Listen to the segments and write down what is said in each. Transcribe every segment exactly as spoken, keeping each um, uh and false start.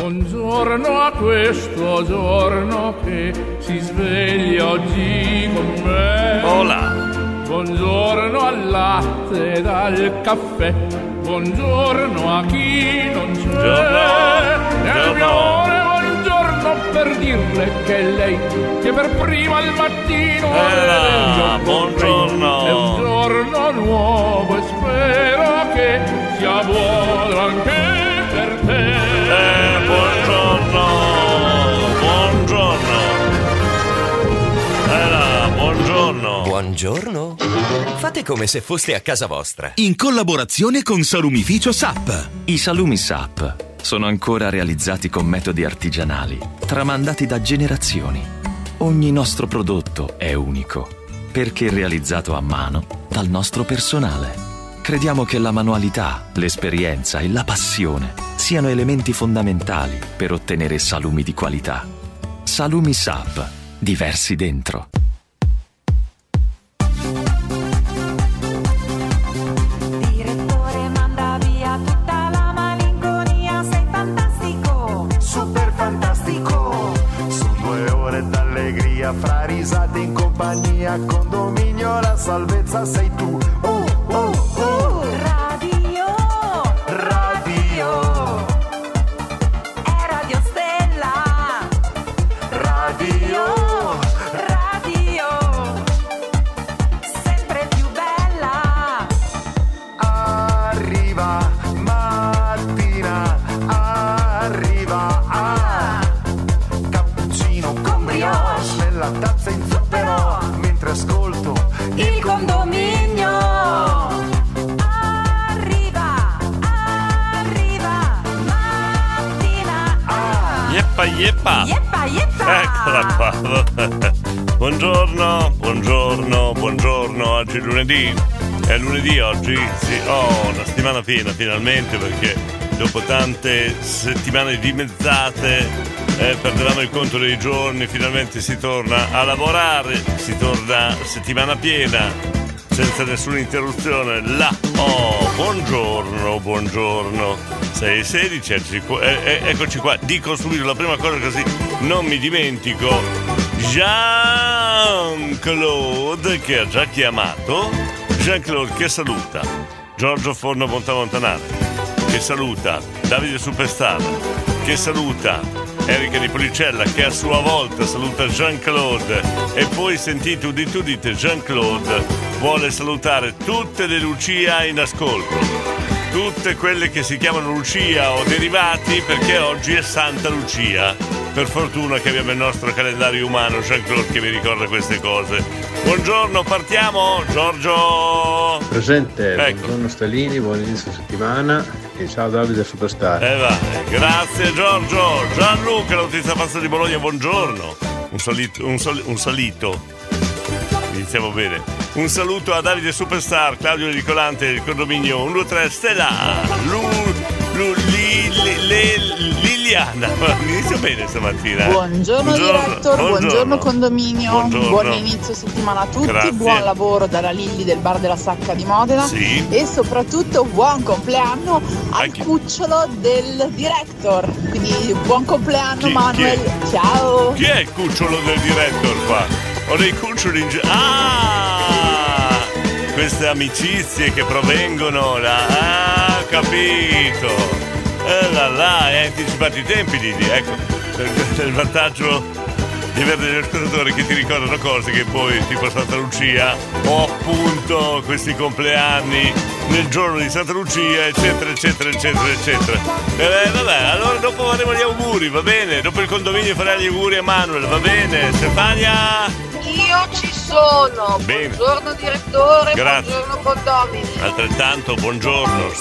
Buongiorno a questo giorno che si sveglia oggi con me. Hola. Buongiorno al latte e al caffè. Buongiorno a chi non c'è. Buongiorno. Nel mio amore buongiorno per dirle che lei che per prima al mattino eh, buongiorno. È un giorno nuovo e spero che sia buono anche per te. Eh, buongiorno. Buongiorno. Era, buongiorno. Buongiorno. Fate come se foste a casa vostra. In collaborazione con Salumificio S A P. I salumi S A P sono ancora realizzati con metodi artigianali, tramandati da generazioni. Ogni nostro prodotto è unico, perché realizzato a mano dal nostro personale. Crediamo che la manualità, l'esperienza e la passione siano elementi fondamentali per ottenere salumi di qualità. Salumi S A P, diversi dentro. Fra risate in compagnia, condominio, la salvezza sei tu. Uh, uh, uh. Radio, radio, è Radio Stella. radio, radio, sempre più bella. Arriva mattina, arriva a cappuccino con brioche. La tazza in zucchero mentre ascolto il condominio. Arriva, arriva, mattina. Ah. Yeppa, yeppa. Yeppa, yeppa. Eccola qua. Buongiorno, buongiorno, buongiorno. Oggi è lunedì. È lunedì oggi? Sì. Oh, una settimana piena finalmente, perché dopo tante settimane dimezzate Eh, perdevamo il conto dei giorni, finalmente si torna a lavorare, si torna settimana piena, senza nessuna interruzione. Là, oh, buongiorno, buongiorno. sei e sedici, eccoci qua, eh, eccoci qua. Dico subito la prima cosa così non mi dimentico. Jean-Claude che ha già chiamato, Jean-Claude che saluta Giorgio Forno Montamontanale, che saluta Davide Superstar, che saluta Erika di Policella, che a sua volta saluta Jean-Claude, e poi sentite, udite, udite, Jean-Claude vuole salutare tutte le Lucia in ascolto, tutte quelle che si chiamano Lucia o derivati, perché oggi è Santa Lucia. Per fortuna che abbiamo il nostro calendario umano, Jean-Claude, che vi ricorda queste cose. Buongiorno, partiamo, Giorgio. Presente, ecco. Buongiorno Stellini, buon inizio settimana e ciao Davide Superstar. Eh va, grazie Giorgio. Gianluca, l'autista pazzo di Bologna, buongiorno. Un solito, un, sol, un salito. Iniziamo bene. Un saluto a Davide Superstar, Claudio Nicolante, il condominio uno due tre Stella, Lu, Lu, li, li, le, Liliana. Inizio bene stamattina. Buongiorno, buongiorno director, buongiorno, buongiorno condominio, buongiorno. Buon inizio settimana a tutti, Grazie. Buon lavoro dalla Lilli del Bar della Sacca di Modena, sì. E soprattutto buon compleanno al Anche... cucciolo del director, quindi buon compleanno chi, Manuel, chi ciao! Chi è il cucciolo del director qua? Ho dei cuccioli in giro. Ah! Queste amicizie che provengono da... Ah, capito! Eh là là, hai anticipato i tempi, Didi, ecco. Il vantaggio di avere degli ascoltatori che ti ricordano cose che poi, tipo Santa Lucia, o appunto questi compleanni nel giorno di Santa Lucia, eccetera, eccetera, eccetera, eccetera. Eh, vabbè, allora dopo faremo gli auguri, va bene? Dopo il condominio farai gli auguri a Manuel, va bene? Stefania? Io ci sono. Bene. Buongiorno direttore, grazie. Buongiorno condomini. Altrettanto, buongiorno.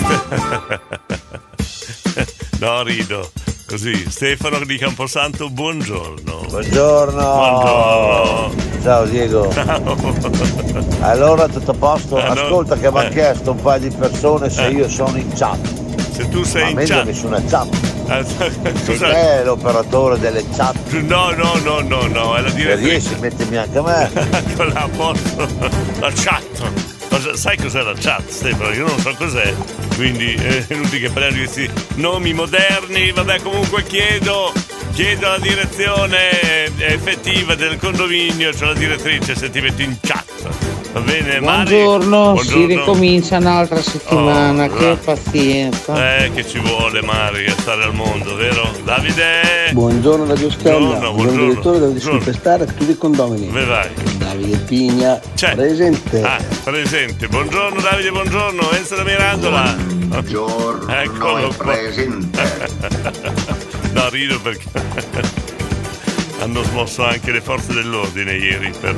No, rido. Così, Stefano di Camposanto, buongiorno. Buongiorno. Buongiorno. Ciao Diego. Ciao. Allora tutto a posto? Ah, no. Ascolta che mi ha Eh. chiesto un paio di persone se Eh. io sono in chat. Se tu sei Ma in mettimi chat. su una chat. Scusa. È l'operatore delle chat. No, no, no, no, no, è la Se direttrice. riesci, mettimi anche a me. Con la posto. La chat. La Ma sai cos'è la chat, Stefano? Io non so cos'è, quindi è inutile che parliamo di questi nomi moderni. Vabbè, comunque chiedo chiedo la direzione effettiva del condominio, cioè la direttrice, se ti metto in chat. Va bene, Mari? Buongiorno, Buongiorno. si ricomincia un'altra settimana, Oh, che là. pazienza. Eh, che ci vuole, Mari, a stare al mondo, vero? Davide? Buongiorno Radio Scaglia, Buongiorno, buongiorno direttore Davide buongiorno. Superstar, tutti i condomini. Dove vai? Davide Pigna, C'è. presente. Ah, presente. Buongiorno Davide, buongiorno. Enzo da Mirandola. Buongiorno, Eccolo qua. presente. No, rido perché hanno smosso anche le forze dell'ordine ieri per,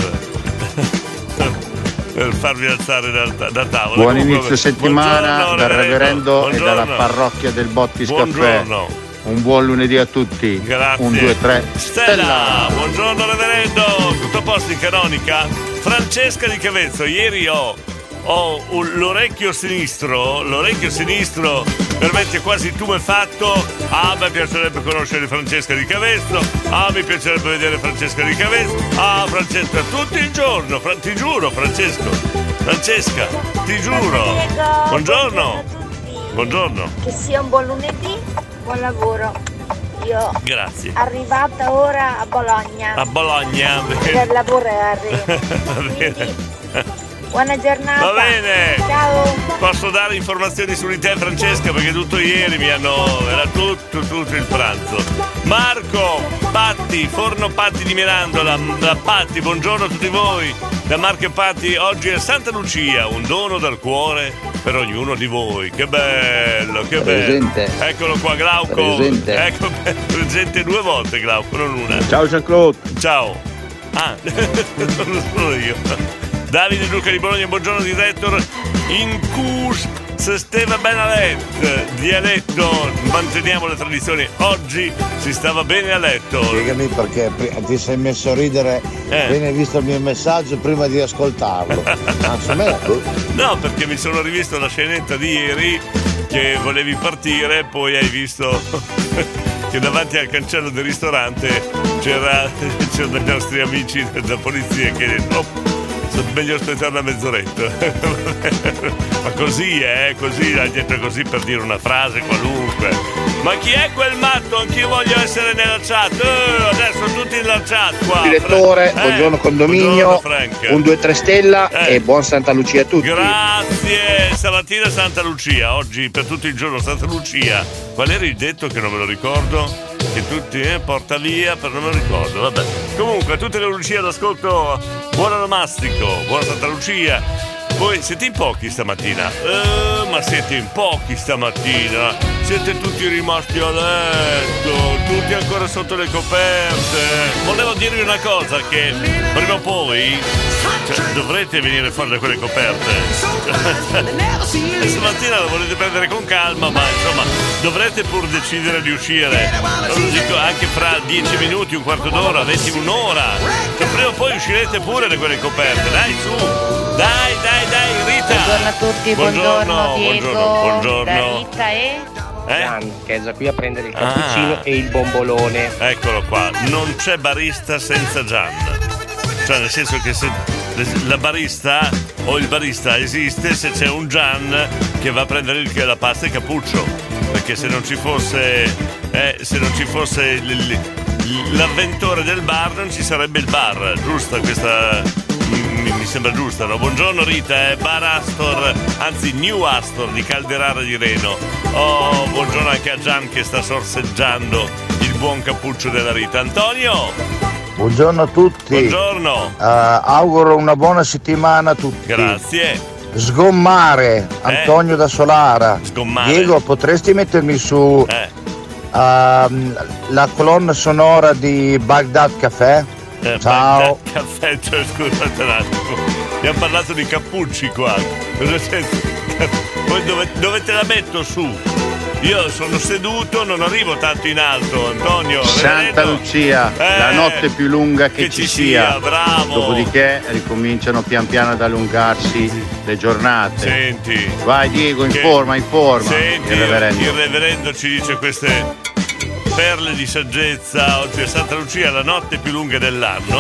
per farvi alzare dal, da tavola. Buon Comunque, inizio settimana buongiorno, dal reverendo e dalla Buongiorno. parrocchia del Bottis Caffè. Buongiorno. Un buon lunedì a tutti. Grazie. Un, due, tre. Stella, buongiorno reverendo, tutto a posto in canonica? Francesca di Cavezzo, ieri ho, ho un- l'orecchio sinistro, l'orecchio sinistro veramente quasi tumefatto. Ah, mi piacerebbe conoscere Francesca di Cavezzo, ah, mi piacerebbe vedere Francesca di Cavezzo, ah, Francesca, tutto il giorno, Fra- ti giuro Francesco, Francesca, ti giuro. Buongiorno. Buongiorno. Che sia un buon lunedì, buon lavoro. Io Grazie. arrivata ora a Bologna A Bologna. per lavorare. Va bene. Buona giornata. Va bene. Ciao. Posso dare informazioni su di te, Francesca, perché tutto ieri mi hanno. Era tutto, tutto il pranzo. Marco, Patti, Forno Patti di Mirandola. Da Patti, buongiorno a tutti voi. Da Marco e Patti, oggi è Santa Lucia, un dono dal cuore per ognuno di voi. Che bello, che Presente. bello. Eccolo qua, Glauco. Presente. Ecco, presente due volte, Glauco, non una. Ciao Jean-Claude. Ciao. Ah, non lo sono io. Davide Luca di Bologna, buongiorno direttor. In cus se stava bene a letto. Dialetto, manteniamo le tradizioni. Oggi si stava bene a letto. Spiegami perché pri- ti sei messo a ridere Eh. appena hai visto il mio messaggio prima di ascoltarlo. Anzi, a me No, perché mi sono rivisto la scenetta di ieri che volevi partire, poi hai visto che davanti al cancello del ristorante c'era, c'erano dei nostri amici della polizia che oh, meglio aspettare una mezz'oretta. Ma così è, così ha detto così per dire una frase qualunque. Ma chi è quel matto? Anch'io voglio essere nella chat. Eh, adesso tutti nella chat qua. Direttore, Fra- buongiorno eh, condominio, buongiorno, Frank. un due tre stella Eh. e buon Santa Lucia a tutti. Grazie, stamattina Santa Lucia, oggi per tutto il giorno Santa Lucia. Qual era il detto che non me lo ricordo? Che tutti eh, porta via, per non me lo ricordo, vabbè. Comunque, tutte le Lucie all'ascolto, buon onomastico, buona Santa Lucia. Voi siete in pochi stamattina? Eh, ma siete in pochi stamattina? Siete tutti rimasti a letto, tutti ancora sotto le coperte. Volevo dirvi una cosa, che prima o poi cioè, dovrete venire fuori da quelle coperte. Stamattina lo volete prendere con calma, ma insomma dovrete pur decidere di uscire. Lo dico anche fra dieci minuti, un quarto d'ora, venti, un'ora. Che prima o poi uscirete pure da quelle coperte. Dai su! Dai, dai, dai, Rita! Buongiorno a tutti, buongiorno, Diego, buongiorno, buongiorno. da Rita e... Eh? Che è già qui a prendere il Ah. cappuccino e il bombolone. Eccolo qua, non c'è barista senza Gian. Cioè nel senso che se la barista o il barista esiste se c'è un Gian che va a prendere il, la pasta e il cappuccio. Perché se non ci fosse eh, se non ci fosse il- il- l'avventore del bar non ci sarebbe il bar. Giusta questa? Mi, mi sembra giusta, no? Buongiorno Rita, è Bar Astor, anzi New Astor di Calderara di Reno. Oh, buongiorno anche a Gian che sta sorseggiando il buon cappuccio della Rita. Antonio! Buongiorno a tutti. Buongiorno. Eh, auguro una buona settimana a tutti. Grazie. Sgommare, Antonio da Solara. Sgommare. Diego, potresti mettermi su Eh. ehm, la colonna sonora di Baghdad Café? Eh, Ciao. Baghdad Caffè, cioè, scusate un attimo. Abbiamo parlato di cappucci qua. Cosa c'è? Poi dove, dove te la metto su? Io sono seduto, non arrivo tanto in alto, Antonio. Santa Veneto. Lucia, Eh, la notte più lunga che, che ci ci sia. sia, bravo. Dopodiché ricominciano pian piano ad allungarsi le giornate. Senti. Vai Diego, Che- informa, informa. Senti, il reverendo. il reverendo ci dice queste perle di saggezza. Oggi è Santa Lucia, la notte più lunga dell'anno.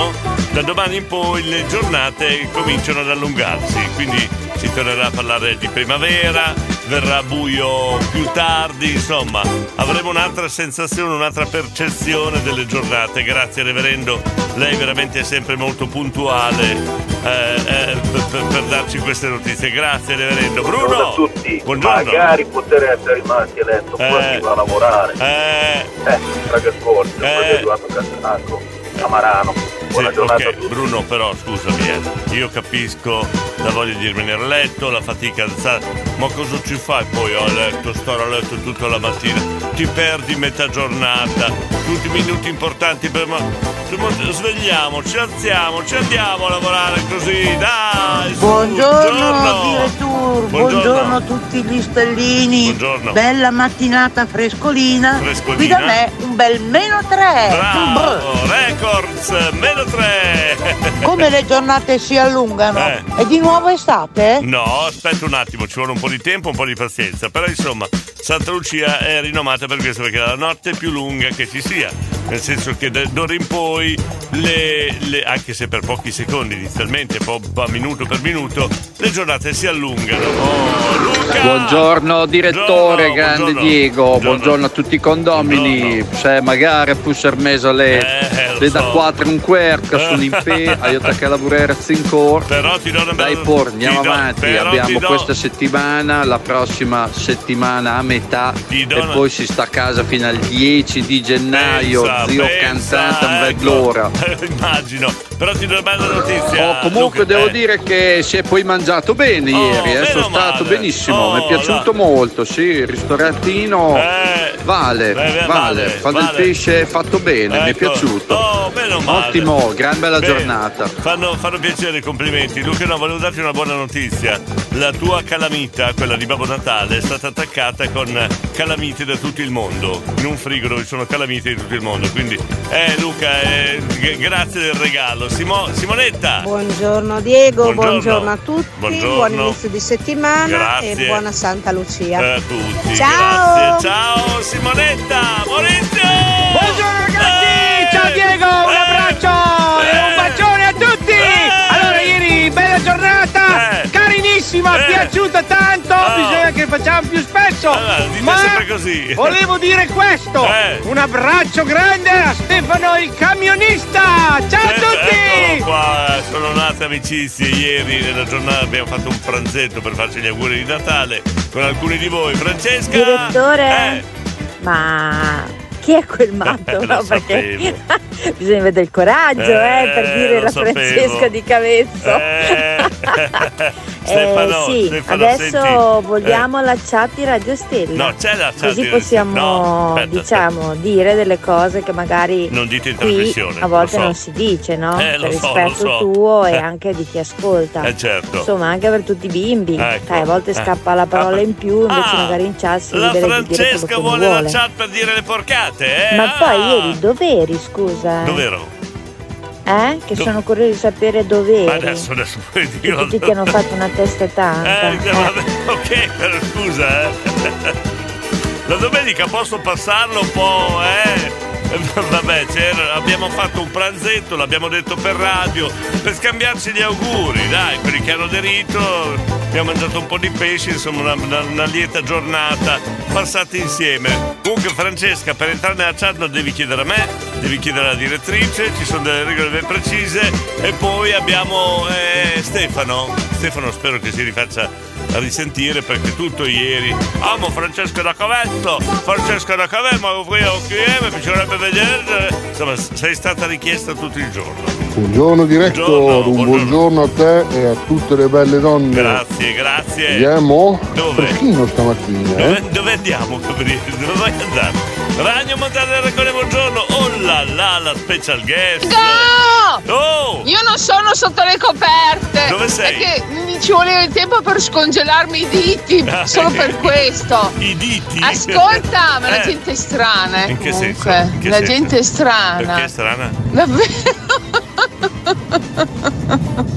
da domani in poi le giornate cominciano ad allungarsi, quindi si tornerà a parlare di primavera, verrà buio più tardi, insomma avremo un'altra sensazione, un'altra percezione delle giornate. Grazie reverendo, lei veramente è sempre molto puntuale eh, eh, per, per, per darci queste notizie. Grazie reverendo. Bruno, buongiorno a tutti. Buongiorno. Magari potrebbe rimasti a letto, poi Eh. si va a lavorare. Eh, Eh, raga scorso, Eh. poi è arrivato Castanacco, Camarano. Buona sì, giornata a ok, tutti. Bruno, però scusami, eh, io capisco la voglia di rimanere a letto, la fatica alzata, ma cosa ci fai poi a letto, stare a letto tutta la mattina? Ti perdi metà giornata, tutti i minuti importanti per ma, ma svegliamoci, alziamoci, andiamo a lavorare così, dai! su, Buongiorno direttore, buongiorno. Buongiorno. a tutti gli stellini. Buongiorno. Bella mattinata frescolina. Frescolina. Qui da me un bel meno tre. Bravo, Records, meno tre! Come le giornate si allungano. Eh. È di nuovo estate? No, aspetta un attimo, ci vuole un po' di tempo, un po' di pazienza. Però insomma, Santa Lucia è rinomata per questo, perché è la notte più lunga che ci sia. Nel senso che da d'ora in poi, le, le, anche se per pochi secondi inizialmente, po', po' minuto per minuto, le giornate si allungano. Oh, Luca! Buongiorno direttore, Buongiorno, grande buongiorno. Diego, Buongiorno. buongiorno a tutti i condomini. Se magari fosse mesa le, Eh, lo le da so. quattro un querca sono in pe, io che lavorare ancora. Però ti do una bella... Dai por, andiamo ti do- avanti, però abbiamo ti do- questa settimana, la prossima settimana a metà Ti do e una- poi si sta a casa fino al dieci di gennaio, Pensa, zio pensa, cantante, non ecco. vedo l'ora. Immagino, però ti do una bella notizia. Oh, comunque Luca, devo eh. dire che si è poi mangiato bene Oh, ieri, eh, meno sono stato male. benissimo, Oh, mi è piaciuto là. molto, sì, il ristorantino Eh, vale, beh, beh, vale, vale, fa vale. del pesce fatto bene, mi è Ecco. piaciuto. Oh, meno male. Ottimo, gran bella Bene. giornata. Fanno, fanno piacere i complimenti. Luca, no, volevo darti una buona notizia. La tua calamita, quella di Babbo Natale, è stata attaccata con calamite da tutto il mondo. In un frigo dove ci sono calamite di tutto il mondo. Quindi, eh, Luca, eh, g- grazie del regalo. Simo- Simonetta! Buongiorno Diego, Buongiorno. buongiorno a tutti, Buongiorno. buon inizio di settimana Grazie. e buona Santa Lucia. Eh, a tutti, Ciao. grazie. Ciao Simonetta! Maurizio! Buongiorno ragazzi! Ciao Diego, un abbraccio e un bacione a tutti! Allora ieri bella giornata, carinissima, Eh. piaciuta tanto, Oh. bisogna che facciamo più spesso. Allora, dite Ma sempre così. volevo dire questo, Eh. un abbraccio grande a Stefano il camionista! Ciao a tutti! Eccolo qua, sono nate amicizie ieri nella giornata, abbiamo fatto un pranzetto per farci gli auguri di Natale con alcuni di voi. Francesca! Direttore? Eh, Ma chi è quel matto? Lo No, perché sapevo. bisogna vedere il coraggio, eh, Eh, per dire lo la sapevo. Francesca di Cavezzo. Eh, Eh, Stefano, sì, Stefano, adesso senti, vogliamo la chat di Radio Stella. No, c'è la chat Così di- possiamo, no, aspetta, diciamo, dire delle cose che magari non dite in qui trasmissione. a volte lo so. non si dice, no? Eh, lo per so, rispetto lo so. tuo e Eh. anche di chi ascolta. Eh, certo. Insomma, anche per tutti i bimbi. Ecco. Sai, a volte Eh. scappa la parola in più, invece Ah, magari in chat si La libera di dire quello Francesca che vuole vuole. la chat per dire le porcate, eh? Ma Ah, poi ieri dov'eri, scusa? Dov'ero? Eh? Che Do- sono curioso di sapere dov'eri. Ma adesso, adesso puoi Che dirlo. tutti ti hanno fatto una testa tanta. Eh, vabbè, ok, però scusa, eh. La domenica posso passarlo un po', eh? Vabbè, c'era, abbiamo fatto un pranzetto, l'abbiamo detto per radio, per scambiarci gli auguri, dai, quelli che hanno aderito, abbiamo mangiato un po' di pesce, insomma una, una, una lieta giornata passata insieme. Comunque Francesca, per entrare nella chat non devi chiedere a me, devi chiedere alla direttrice, ci sono delle regole ben precise e poi abbiamo eh, Stefano, Stefano spero che si rifaccia a risentire perché tutto ieri amo Francesca da Cavetto, Francesca da Cavetto, ma io chi è, mi piacerebbe vedere, insomma sei stata richiesta tutto il giorno. Buongiorno direttor, Buongiorno, un buongiorno a te e a tutte le belle donne. Grazie, grazie. Andiamo? Dove? Freschino stamattina, eh? Dove, dove andiamo, Gabriele? Dove vai ad andare? Ragno Montana Recone, buongiorno. Oh là là, la special guest. No! Oh! Io non sono sotto le coperte. Dove sei? È che mi ci voleva il tempo per scongelarmi i diti, solo per questo. I diti? Ascolta, ma la Eh. gente è strana, eh. In che comunque. senso? In che la senso? gente è strana. Perché è strana? Davvero?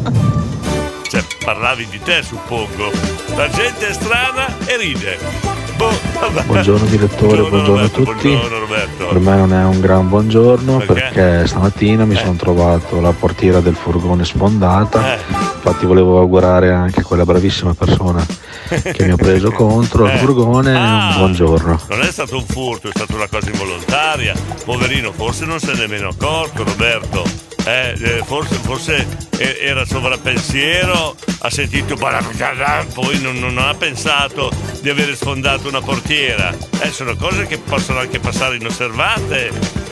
Cioè, parlavi di te, suppongo. La gente è strana e ride. Boh, Buongiorno direttore, buongiorno, buongiorno a tutti. Buongiorno Roberto. Per me non è un gran buongiorno perché, perché stamattina mi eh. sono trovato la portiera del furgone sfondata. Eh. Infatti volevo augurare anche a quella bravissima persona che mi ha preso contro il Eh. furgone Ah. un buongiorno. Non è stato un furto, è stata una cosa involontaria. Poverino, forse non se n'è nemmeno accorto, Roberto. Eh, eh, forse, forse eh, era sovrappensiero, ha sentito poi non, non ha pensato di avere sfondato una portiera. Eh, sono cose che possono anche passare inosservate.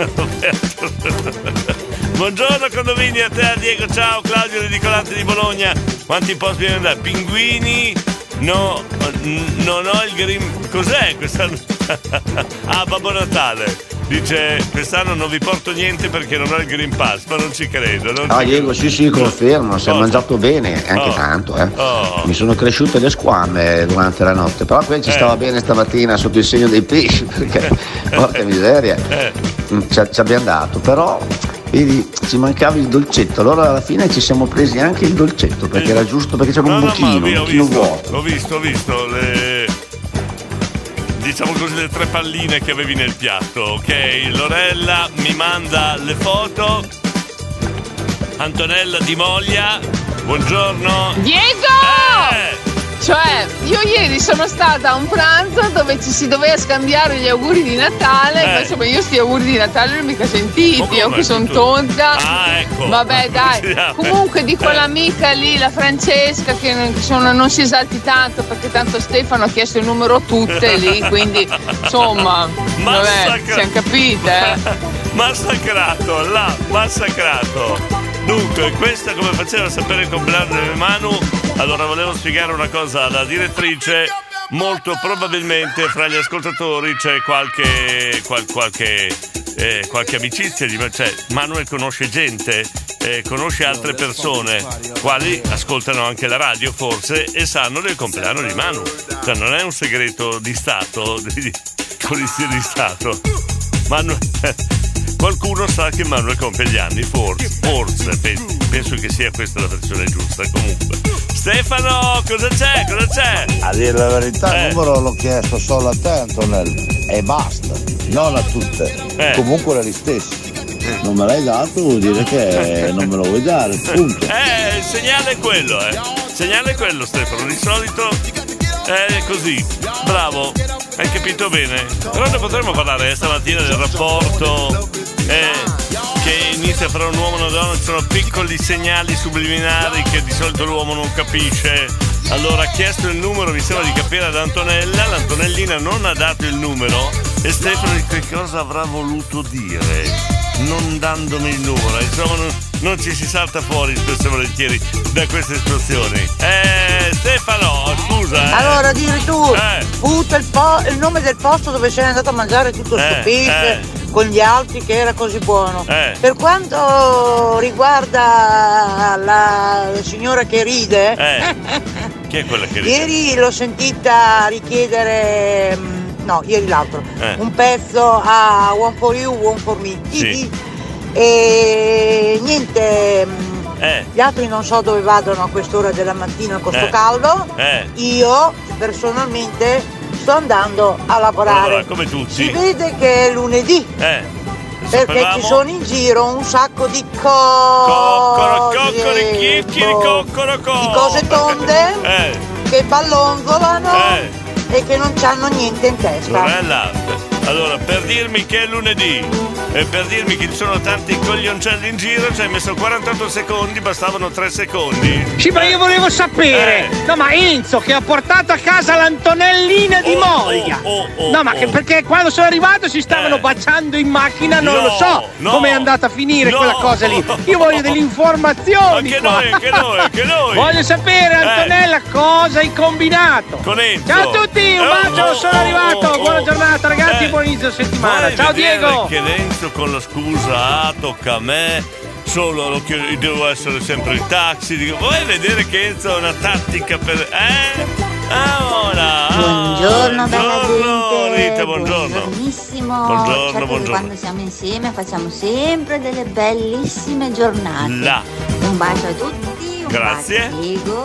Buongiorno condominio, a te, a Diego, ciao Claudio Ridicolante di Bologna. Quanti post mi da? Pinguini? No, n- non ho il green. Cos'è quest'anno? Ah, Babbo Natale. Dice, quest'anno non vi porto niente perché non ho il Green Pass, ma non ci credo. Non Ah, ci Diego, sì, sì, confermo, si è Oh. mangiato bene, anche Oh. tanto, eh. Oh. Mi sono cresciute le squame durante la notte, però poi ci Eh. stava bene stamattina sotto il segno dei pesci, perché, porca miseria, Eh. Mm, ci, ci abbiamo dato, però vedi, ci mancava il dolcetto, allora alla fine ci siamo presi anche il dolcetto, perché era giusto, perché c'era No, un no, buchino, ma io un ho buchino visto, vuoto. ho visto, ho visto le, diciamo così, le tre palline che avevi nel piatto, ok? Lorella mi manda le foto. Antonella di Moglia, buongiorno. Diego! Eh! Cioè, io ieri sono stata a un pranzo dove ci si doveva scambiare gli auguri di Natale, Eh. invece ma io sti auguri di Natale non li ho mica sentiti, Ma io come? che sono Tu- tonta. Ah, ecco. Vabbè, dai. Sì, ah, Comunque di eh. quell'amica lì, la Francesca, che non, che sono- non si esalti tanto perché tanto Stefano ha chiesto il numero a tutte lì, quindi insomma, vabbè, Massacra- siamo capite, eh. Massacrato, là, massacrato. Dunque, questa come faceva sapere il compleanno di Manu. Allora volevo spiegare una cosa alla direttrice. Molto probabilmente fra gli ascoltatori c'è qualche qual- qualche eh, qualche amicizia di cioè Manuel conosce gente, eh, conosce altre persone quali ascoltano anche la radio forse e sanno del compleanno di Manu. Cioè non è un segreto di Stato, di polizia di Stato. Manu- qualcuno sa che Manuel compie gli anni, forse, forse penso, penso che sia questa la versione giusta. Comunque Stefano, cosa c'è? Cosa c'è? A dire la verità, Eh. il numero l'ho chiesto solo a te, Antonello, e basta, non a tutte. Eh. Comunque era gli stessi. Non me l'hai dato, vuol dire che non me lo vuoi dare, punto. Eh, il segnale è quello, eh. Il segnale è quello, Stefano. Di solito è così. Bravo, hai capito bene. Però ne potremmo parlare eh, stamattina del rapporto eh, che inizia fra un uomo e una donna. Ci sono piccoli segnali subliminali che di solito l'uomo non capisce. Allora ha chiesto il numero, mi sembra di capire, ad Antonella. L'Antonellina non ha dato il numero e Stefano che cosa avrà voluto dire non dandomi il numero? Insomma non, non ci si salta fuori spesso e volentieri da queste situazioni. Eh Stefano, scusa eh. Allora addirittura Eh. butta il, po- il nome del posto dove sei andato a mangiare tutto sto Eh, pesce eh. con gli altri che era così buono. Eh. Per quanto riguarda la, la signora che ride, Eh. Chi è quella che ride? ieri l'ho sentita richiedere, mm, no, ieri l'altro, Eh. un pezzo a One for You, One for Me. Sì. E niente, mm, Eh. gli altri non so dove vadano a quest'ora della mattina con sto Eh. caldo. Eh. Io personalmente sto andando a lavorare. Allora, come tutti. Si vede che è lunedì, Eh. perché sapevamo? ci sono in giro un sacco di Coccolo, cose, coccoli, chicchiri, coccolo, co. di cose tonde Eh. che ballongolano Eh. e che non c'hanno niente in testa. Sorella, allora per dirmi che è lunedì e per dirmi che ci sono tanti coglioncelli in giro ci hai messo quarantotto secondi, bastavano tre secondi. Sì, ma io volevo sapere. Eh. No, ma Enzo che ha portato a casa l'Antonellina di Oh, Moglia. oh, oh, no, ma oh. che, perché quando sono arrivato si stavano Eh. baciando in macchina, non No, lo so no. come è andata a finire No. quella cosa lì. Io voglio delle informazioni. Anche qua. noi, anche noi, anche noi. Voglio sapere, Eh. Antonella, cosa hai combinato. Con Enzo. Ciao a tutti, un Oh, bacio, oh, sono oh, arrivato. oh, oh. Buona giornata, ragazzi, Eh. buon inizio settimana. Vuoi Ciao vedere Diego. che Enzo con la scusa, ah, tocca a me, solo lo chiedo- devo essere sempre il taxi. Dico, vuoi vedere che Enzo ha una tattica per. Eh? Ah, ora. ah, Buongiorno, bella buongiorno, gente. Rita, buongiorno. Buongiornissimo. Buongiorno, Certo che buongiorno. quando siamo insieme facciamo sempre delle bellissime giornate. Là. Un bacio a tutti, un Grazie. bacio a Diego,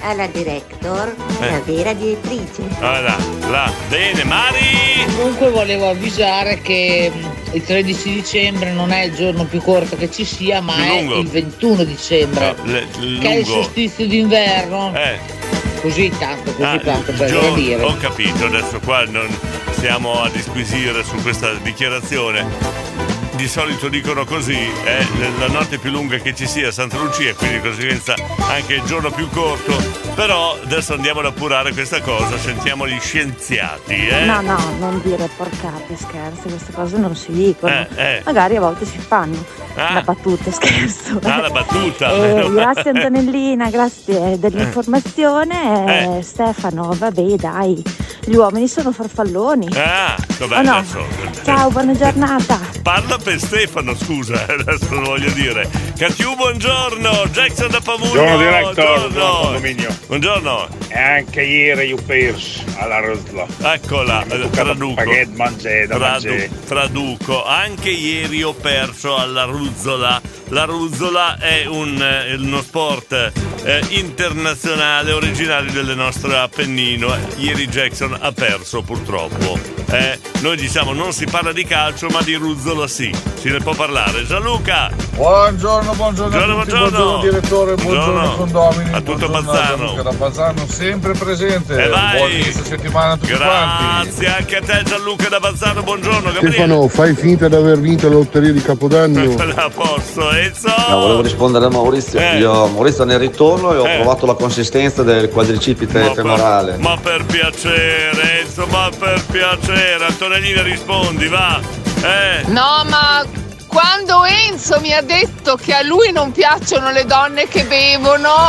alla director, Eh. la vera direttrice. Allora, là, bene, Mari! Comunque volevo avvisare che mh, il tredici dicembre non è il giorno più corto che ci sia, ma Più è lungo. il ventuno dicembre, No, le- l- che è il lungo. solstizio d'inverno. Eh. Così tanto, così Ah, tanto il per giorno- dire. ho capito, adesso qua non stiamo a disquisire su questa dichiarazione. Di solito dicono così, è la notte più lunga che ci sia a Santa Lucia, quindi di conseguenza anche il giorno più corto. Però adesso andiamo ad appurare questa cosa, sentiamo gli scienziati, eh? No, no, non dire porcate, scherzi, queste cose non si dicono. Eh, eh. Magari a volte si fanno. Ah. La battuta, scherzo. Ah, la battuta. Eh, meno male. grazie Antonellina, grazie dell'informazione. Eh. Eh, Stefano, vabbè dai, gli uomini sono farfalloni. Ah, vabbè, Oh no. adesso. Ciao, buona giornata. Parla per Stefano, scusa, adesso lo voglio dire. Catiu, buongiorno, Jackson da Pavullo. Buongiorno director, buongiorno. buon condominio. Buongiorno. E anche ieri ho perso alla Rosla. Eccola, eh, traduco. Spaghetti mangié, da Tradu- mangié. traduco. Anche ieri ho perso alla ruzzola. La ruzzola è un, eh, uno sport eh, internazionale originario del nostro Appennino. Eh, Ieri Jackson ha perso purtroppo. Eh, noi diciamo non si parla di calcio, ma di ruzzola sì. Si ne può parlare. Gianluca! Buongiorno, buongiorno, Buongiorno, a tutti, buongiorno. buongiorno direttore, buongiorno, Buongiorno. condomini, A tutto buongiorno Bazzano. Gianluca da Bazzano, sempre presente. E vai. Buon inizio settimana a tutti quanti. Grazie anche a te Gianluca da Bazzano, buongiorno Gabriele. Stefano, fai finta di aver vinto la lotteria di Capodanno. La posso, Enzo? No, volevo rispondere a Maurizio. Eh. Io Maurizio nel ritorno e ho Eh. provato la consistenza del quadricipite Ma per- femorale. Ma per piacere, Enzo, ma per piacere. Antonellina rispondi, va. Eh. No, ma quando Enzo mi ha detto che a lui non piacciono le donne che bevono,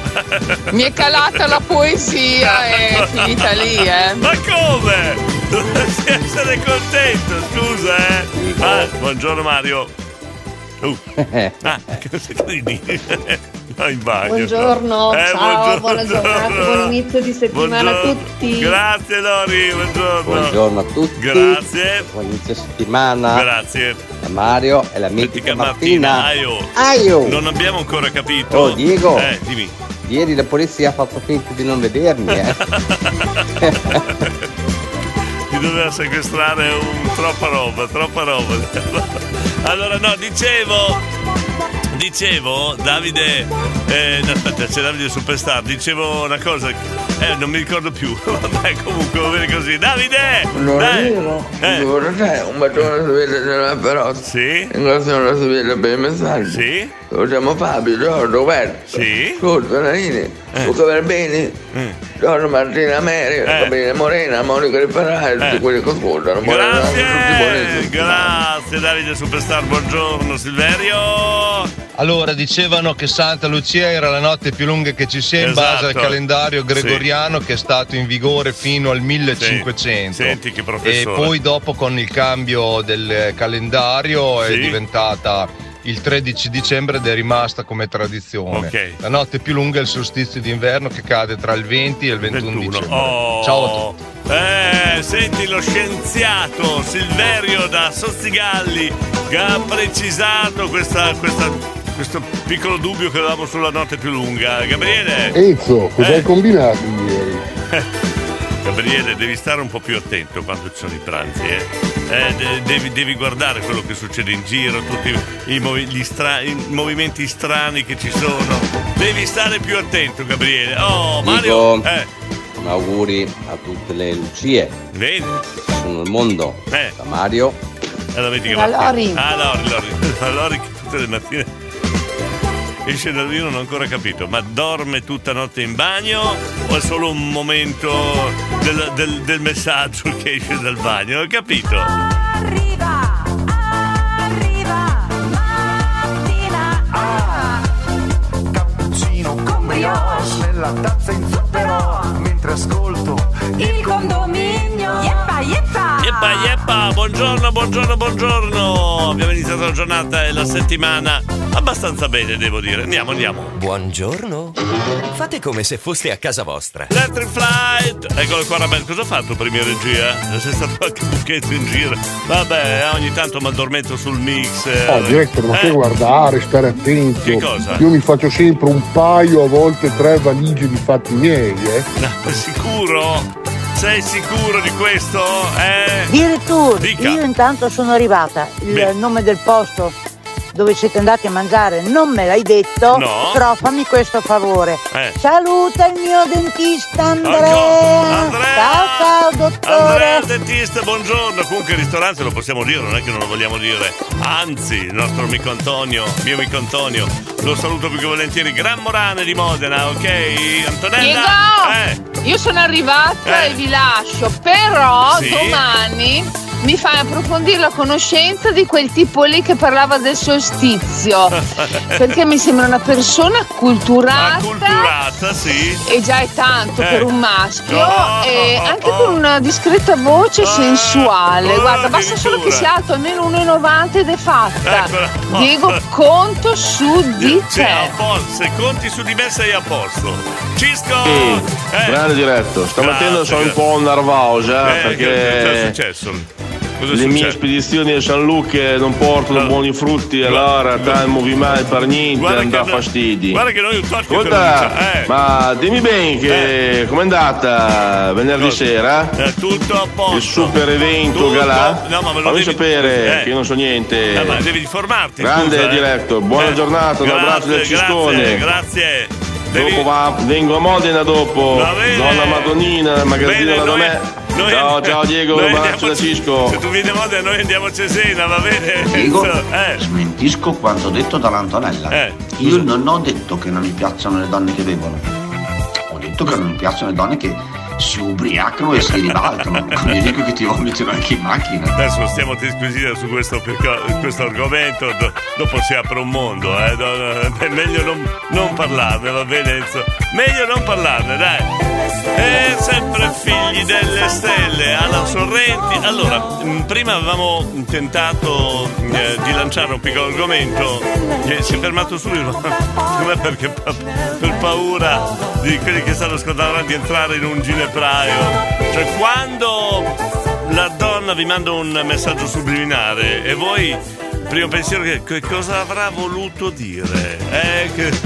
mi è calata la poesia e è finita lì, eh. Ma come? Dovresti essere contento, scusa, eh. Ah, buongiorno Mario. Uh. Ah, cosa credi? No, in bagno. Buongiorno, Eh, ciao, buongiorno. buona giornata, buon inizio di settimana a Buongiorno. tutti. Grazie Lori, buongiorno. Buongiorno a tutti. Grazie. Buon inizio settimana. Grazie. A Mario e la mitica Martina. Martina. Aio. Aio. Non abbiamo ancora capito. Oh Diego. Eh, dimmi. Ieri la polizia ha fatto finta di non vedermi, eh. Ti doveva sequestrare un troppa roba, troppa roba. Allora no, dicevo. Dicevo, Davide, eh, no, aspetta, c'è Davide Superstar, dicevo una cosa, eh, non mi ricordo più, vabbè comunque va bene così, Davide! Allora dai. io, Eh. allora te, un bacione a Sevilla della Perozza. Sì. Ringrazio la Sevilla per i messaggi. Sì. Lo chiamo Fabio, Giorgio, Roberto. Sì. Ascolta, Nanini, Luca Verbini, Giorgio Martina Meri, Gabriele Morena, Monica Riparare, tutti quelli che ascoltano. Grazie, grazie Davide Superstar, buongiorno Silverio. Allora, dicevano che Santa Lucia era la notte più lunga che ci sia in base al Esatto. calendario gregoriano, che è stato in vigore fino al millecinquecento. Sì. Senti che E professore. poi dopo con il cambio del calendario è Sì. diventata il tredici dicembre ed è rimasta come tradizione. Ok. La notte più lunga è il solstizio d'inverno che cade tra il venti e il ventuno dicembre. Oh. Ciao a tutti. Eh, senti lo scienziato Silverio da Sozzigalli che ha precisato questa, questa, questo piccolo dubbio che avevamo sulla notte più lunga. Gabriele? Enzo, cosa Eh. hai combinato ieri? Gabriele, devi stare un po' più attento quando ci sono i pranzi, eh? Eh, de- devi, devi guardare quello che succede in giro, tutti i, movi- gli stra- i movimenti strani che ci sono. Devi stare più attento, Gabriele. Oh, Mario! Dico, Eh, auguri a tutte le Lucie vedi? che sono nel mondo. Eh. Da Mario. Allora, vedi che La Martina- Lori. Ah, Lori, Lori. La Lori che tutte le mattine esce dal io non ho ancora capito, ma dorme tutta notte in bagno o è solo un momento del, del- del messaggio che esce dal bagno? Non ho capito. Arriva, arriva, mattina. Ah, Cappuccino con brioche nella tazza in zucchero mentre ascolto il condominio. Yeppa, yeppa. Yeppa, yeppa. Pippa, buongiorno, buongiorno, buongiorno. Abbiamo iniziato la giornata e la settimana abbastanza bene, devo dire. Andiamo, andiamo. Buongiorno. Fate come se foste a casa vostra. Electric Flight. Eccolo qua, Rabel. Cosa ha fatto prima in regia? Sei stato qualche buchetto in giro? Vabbè, ogni tanto mi addormento sul mixer. Oh, direttore, ma eh? che guardare, stare attento. Che cosa? Io mi faccio sempre un paio, a volte tre valigie di fatti miei, eh. No, sicuro? Sei sicuro di questo? Eh? Direttore, Dica. io intanto sono arrivata. Il Beh. nome del posto dove siete andati a mangiare non me l'hai detto, No. però fammi questo favore. Eh. Saluta il mio dentista Andrea. Andrea. Ciao ciao dottore. Andrea il dentista, buongiorno. Comunque il ristorante lo possiamo dire, non è che non lo vogliamo dire. Anzi, il nostro amico Antonio, mio amico Antonio, lo saluto più che volentieri. Gran Morane di Modena, ok? Antonella? Diego, Eh. io sono arrivata Eh. e vi lascio, però Sì? domani mi fai approfondire la conoscenza di quel tipo lì che parlava del solstizio, perché mi sembra una persona acculturata, Acculturata, sì. e già è tanto Eh. per un maschio, Oh, e oh, anche oh. con una discreta voce sensuale. oh, Guarda, basta solo che addirittura. sia alto almeno uno e novanta ed è fatta. Eccola. Oh. Diego, conto su di Sì, a te. posto. Se conti su di me sei a posto. Cisco! Eh. Grande diretto, stamattina Grazie, sono un po' nervosa Eh, perché che- cosa è successo? Cosa è le mie successo? spedizioni a San Luca non portano No. buoni frutti, allora tal movimento per niente, Guarda non dà che- fastidi. Guarda che noi un tot che te lo Ascolta, diciamo, eh. ma dimmi bene che com'è andata venerdì Cosa? sera? Eh, tutto a posto. Il super evento Tutto- galà? No, ma me lo Fammi devi- sapere eh. che io non so niente. Eh, ma devi informarti. Grande scusa, eh. diretto, buona Eh. giornata, un Grazie, abbraccio del grazie, cistone. Grazie. Devi- Dopo va- vengo a Modena dopo, Va bene. zona Madonnina, magazzino Bene, là da noi- me. noi- Ciao ciao Diego, noi un abbraccio andiamo- da Cisco. Se tu vieni a Modena noi andiamo a Cesena, va bene? Diego, Eh. smentisco quanto detto dall'Antonella. Eh, Io non ho detto che non mi piacciono le donne che bevono. Ho detto che non mi piacciono le donne che si ubriacano e si ribaltano. Non dico che ti vomitano anche in macchina. Adesso stiamo disquisire su questo, perché- questo argomento, do- dopo si apre un mondo, eh? do- do- è meglio non, non parlarne, va bene? Enzo? Meglio non parlarne, dai. E sempre figli delle stelle, Alan Sorrenti. Allora, mh, prima avevamo tentato eh, di lanciare un piccolo argomento che si è fermato subito, secondo me perché pa- per paura di quelli che stanno ascoltando di entrare in un ginepraio. Cioè, quando la donna vi manda un messaggio subliminare e voi, primo pensiero, che, che cosa avrà voluto dire? Eh, che...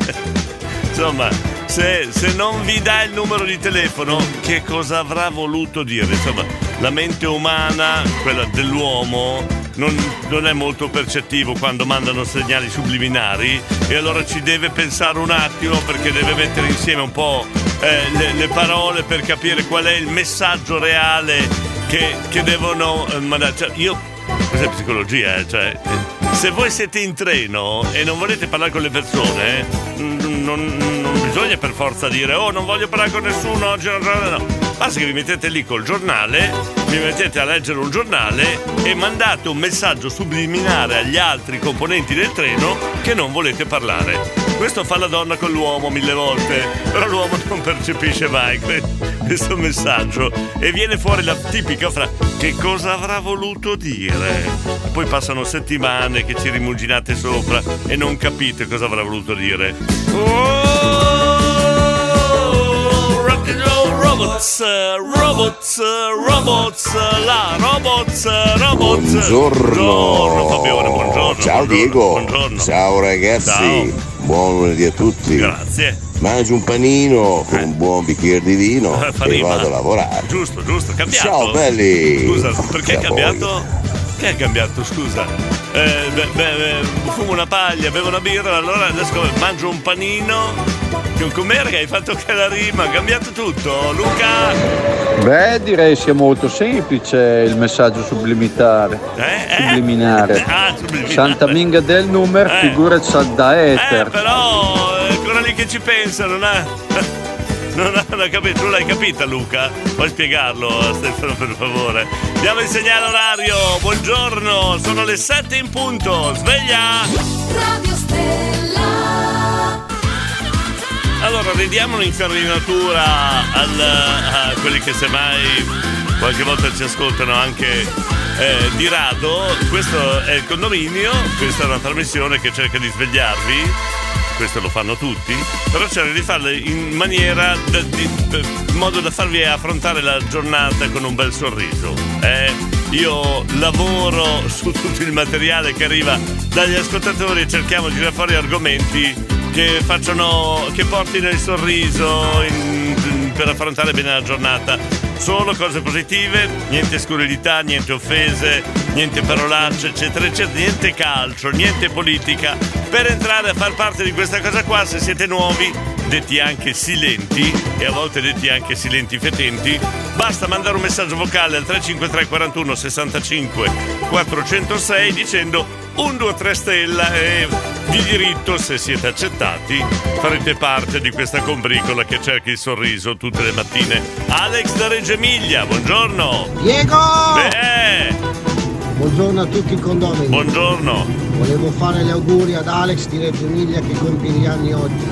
Insomma, se, se non vi dà il numero di telefono, che cosa avrà voluto dire? Insomma, la mente umana, quella dell'uomo, non, non è molto percettivo quando mandano segnali subliminari, e allora ci deve pensare un attimo, perché deve mettere insieme un po' eh, le, le parole per capire qual è il messaggio reale che, che devono eh, mandare. Cioè, io, questa è psicologia, eh, cioè, eh, se voi siete in treno e non volete parlare con le persone, eh, non, non bisogna per forza dire oh, non voglio parlare con nessuno oggi, no, no, no. Basta che vi mettete lì col giornale, vi mettete a leggere un giornale e mandate un messaggio subliminare agli altri componenti del treno che non volete parlare. Questo fa la donna con l'uomo mille volte, però l'uomo non percepisce mai que- questo messaggio e viene fuori la tipica frase: che cosa avrà voluto dire? E poi passano settimane che ci rimuginate sopra e non capite cosa avrà voluto dire. Oh, rock and roll robots, robots, robots, la robots, robots. Buongiorno. Fabione, buongiorno. Ciao buongiorno, Diego. buongiorno. Ciao ragazzi. Ciao. Buon lunedì a tutti. Grazie. Mangio un panino con un buon bicchiere di vino Eh, fa e rima. vado a lavorare. Giusto, giusto, è cambiato. Ciao belli. Scusa, perché è Porca cambiato? Che è cambiato, scusa? Eh, beh, beh, beh, fumo una paglia, bevo una birra, allora adesso mangio un panino. Com'era che hai fatto che la rima? Ha cambiato tutto, Luca? Beh, direi sia molto semplice il messaggio sublimitare. Eh? Subliminare. Ah, subliminare. Santa minga del numero, Eh. figura da eter. Eh, però è ancora lì che ci pensa, non ha. Non ha, non ha capito, tu l'hai capita Luca? Puoi spiegarlo a Stefano per favore? Diamo il segnale orario, buongiorno, sono le sette in punto, sveglia! Radio Stella. Allora, ridiamo un'infarinatura al, a quelli che semmai qualche volta ci ascoltano anche eh, di rado. Questo è il condominio, questa è una trasmissione che cerca di svegliarvi, questo lo fanno tutti, però cerca di farlo in maniera da, di, in modo da farvi affrontare la giornata con un bel sorriso. Eh, io lavoro su tutto il materiale che arriva dagli ascoltatori e cerchiamo di tirare fuori argomenti che facciano, che portino il sorriso in, in, per affrontare bene la giornata. Solo cose positive, niente scurrilità, niente offese, niente parolacce, eccetera, eccetera, niente calcio, niente politica. Per entrare a far parte di questa cosa qua, se siete nuovi, detti anche silenti, e a volte detti anche silenti fetenti, basta mandare un messaggio vocale al tre cinque tre quarantuno sessantacinque quattrocentosei dicendo un due tre stella e di diritto, se siete accettati, farete parte di questa combricola che cerca il sorriso tutte le mattine. Alex da Reggio Emilia, buongiorno. Diego! Beh. Buongiorno a tutti i condomini. Buongiorno. Volevo fare gli auguri ad Alex di Reggio Emilia che compie gli anni oggi.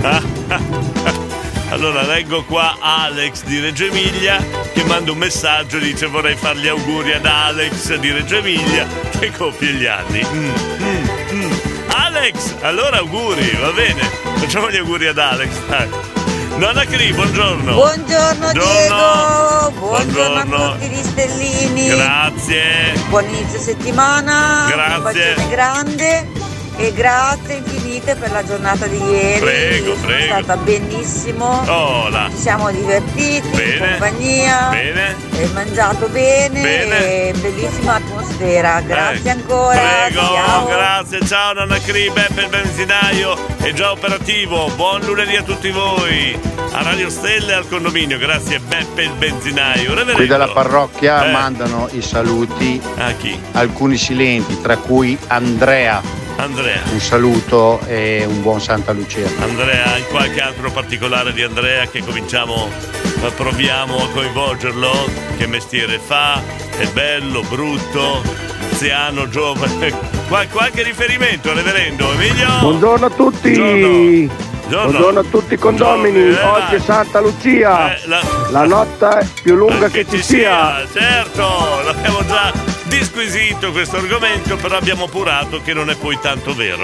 Allora leggo qua Alex di Reggio Emilia che manda un messaggio, dice vorrei fare gli auguri ad Alex di Reggio Emilia che compie gli anni. Mm, mm, mm. Alex, allora auguri, va bene, facciamo gli auguri ad Alex. Dai. Nonna Cri, buongiorno. Buongiorno, buongiorno Diego. Buongiorno, buongiorno a tutti gli stellini. Grazie. Buon inizio settimana. Grazie. Un bacione grande. E grazie infinite per la giornata di ieri. Prego, prego. È stata benissimo. Oh, là. Ci siamo divertiti bene. in compagnia. Bene. E mangiato bene. Bene. E bellissima atmosfera. Grazie eh. ancora. Prego, ciao. grazie. Ciao Nonna Cri, Beppe il benzinaio è già operativo. Buon lunedì a tutti voi. A Radio Stelle e al condominio. Grazie Beppe il benzinaio. Reverendo. Qui dalla parrocchia eh. mandano i saluti a chi? Alcuni silenti, tra cui Andrea. Andrea. Un saluto e un buon Santa Lucia. Andrea, in qualche altro particolare di Andrea che cominciamo, proviamo a coinvolgerlo? Che mestiere fa? È bello, brutto, anziano, giovane? Qual- qualche riferimento, reverendo Emilio? Buongiorno a tutti. Buongiorno. Buongiorno. Buongiorno a tutti i condomini. Eh, Oggi è Santa Lucia. Eh, la... la notte più lunga che, che ci sia. sia. Certo, l'abbiamo già disquisito questo argomento, però abbiamo appurato che non è poi tanto vero,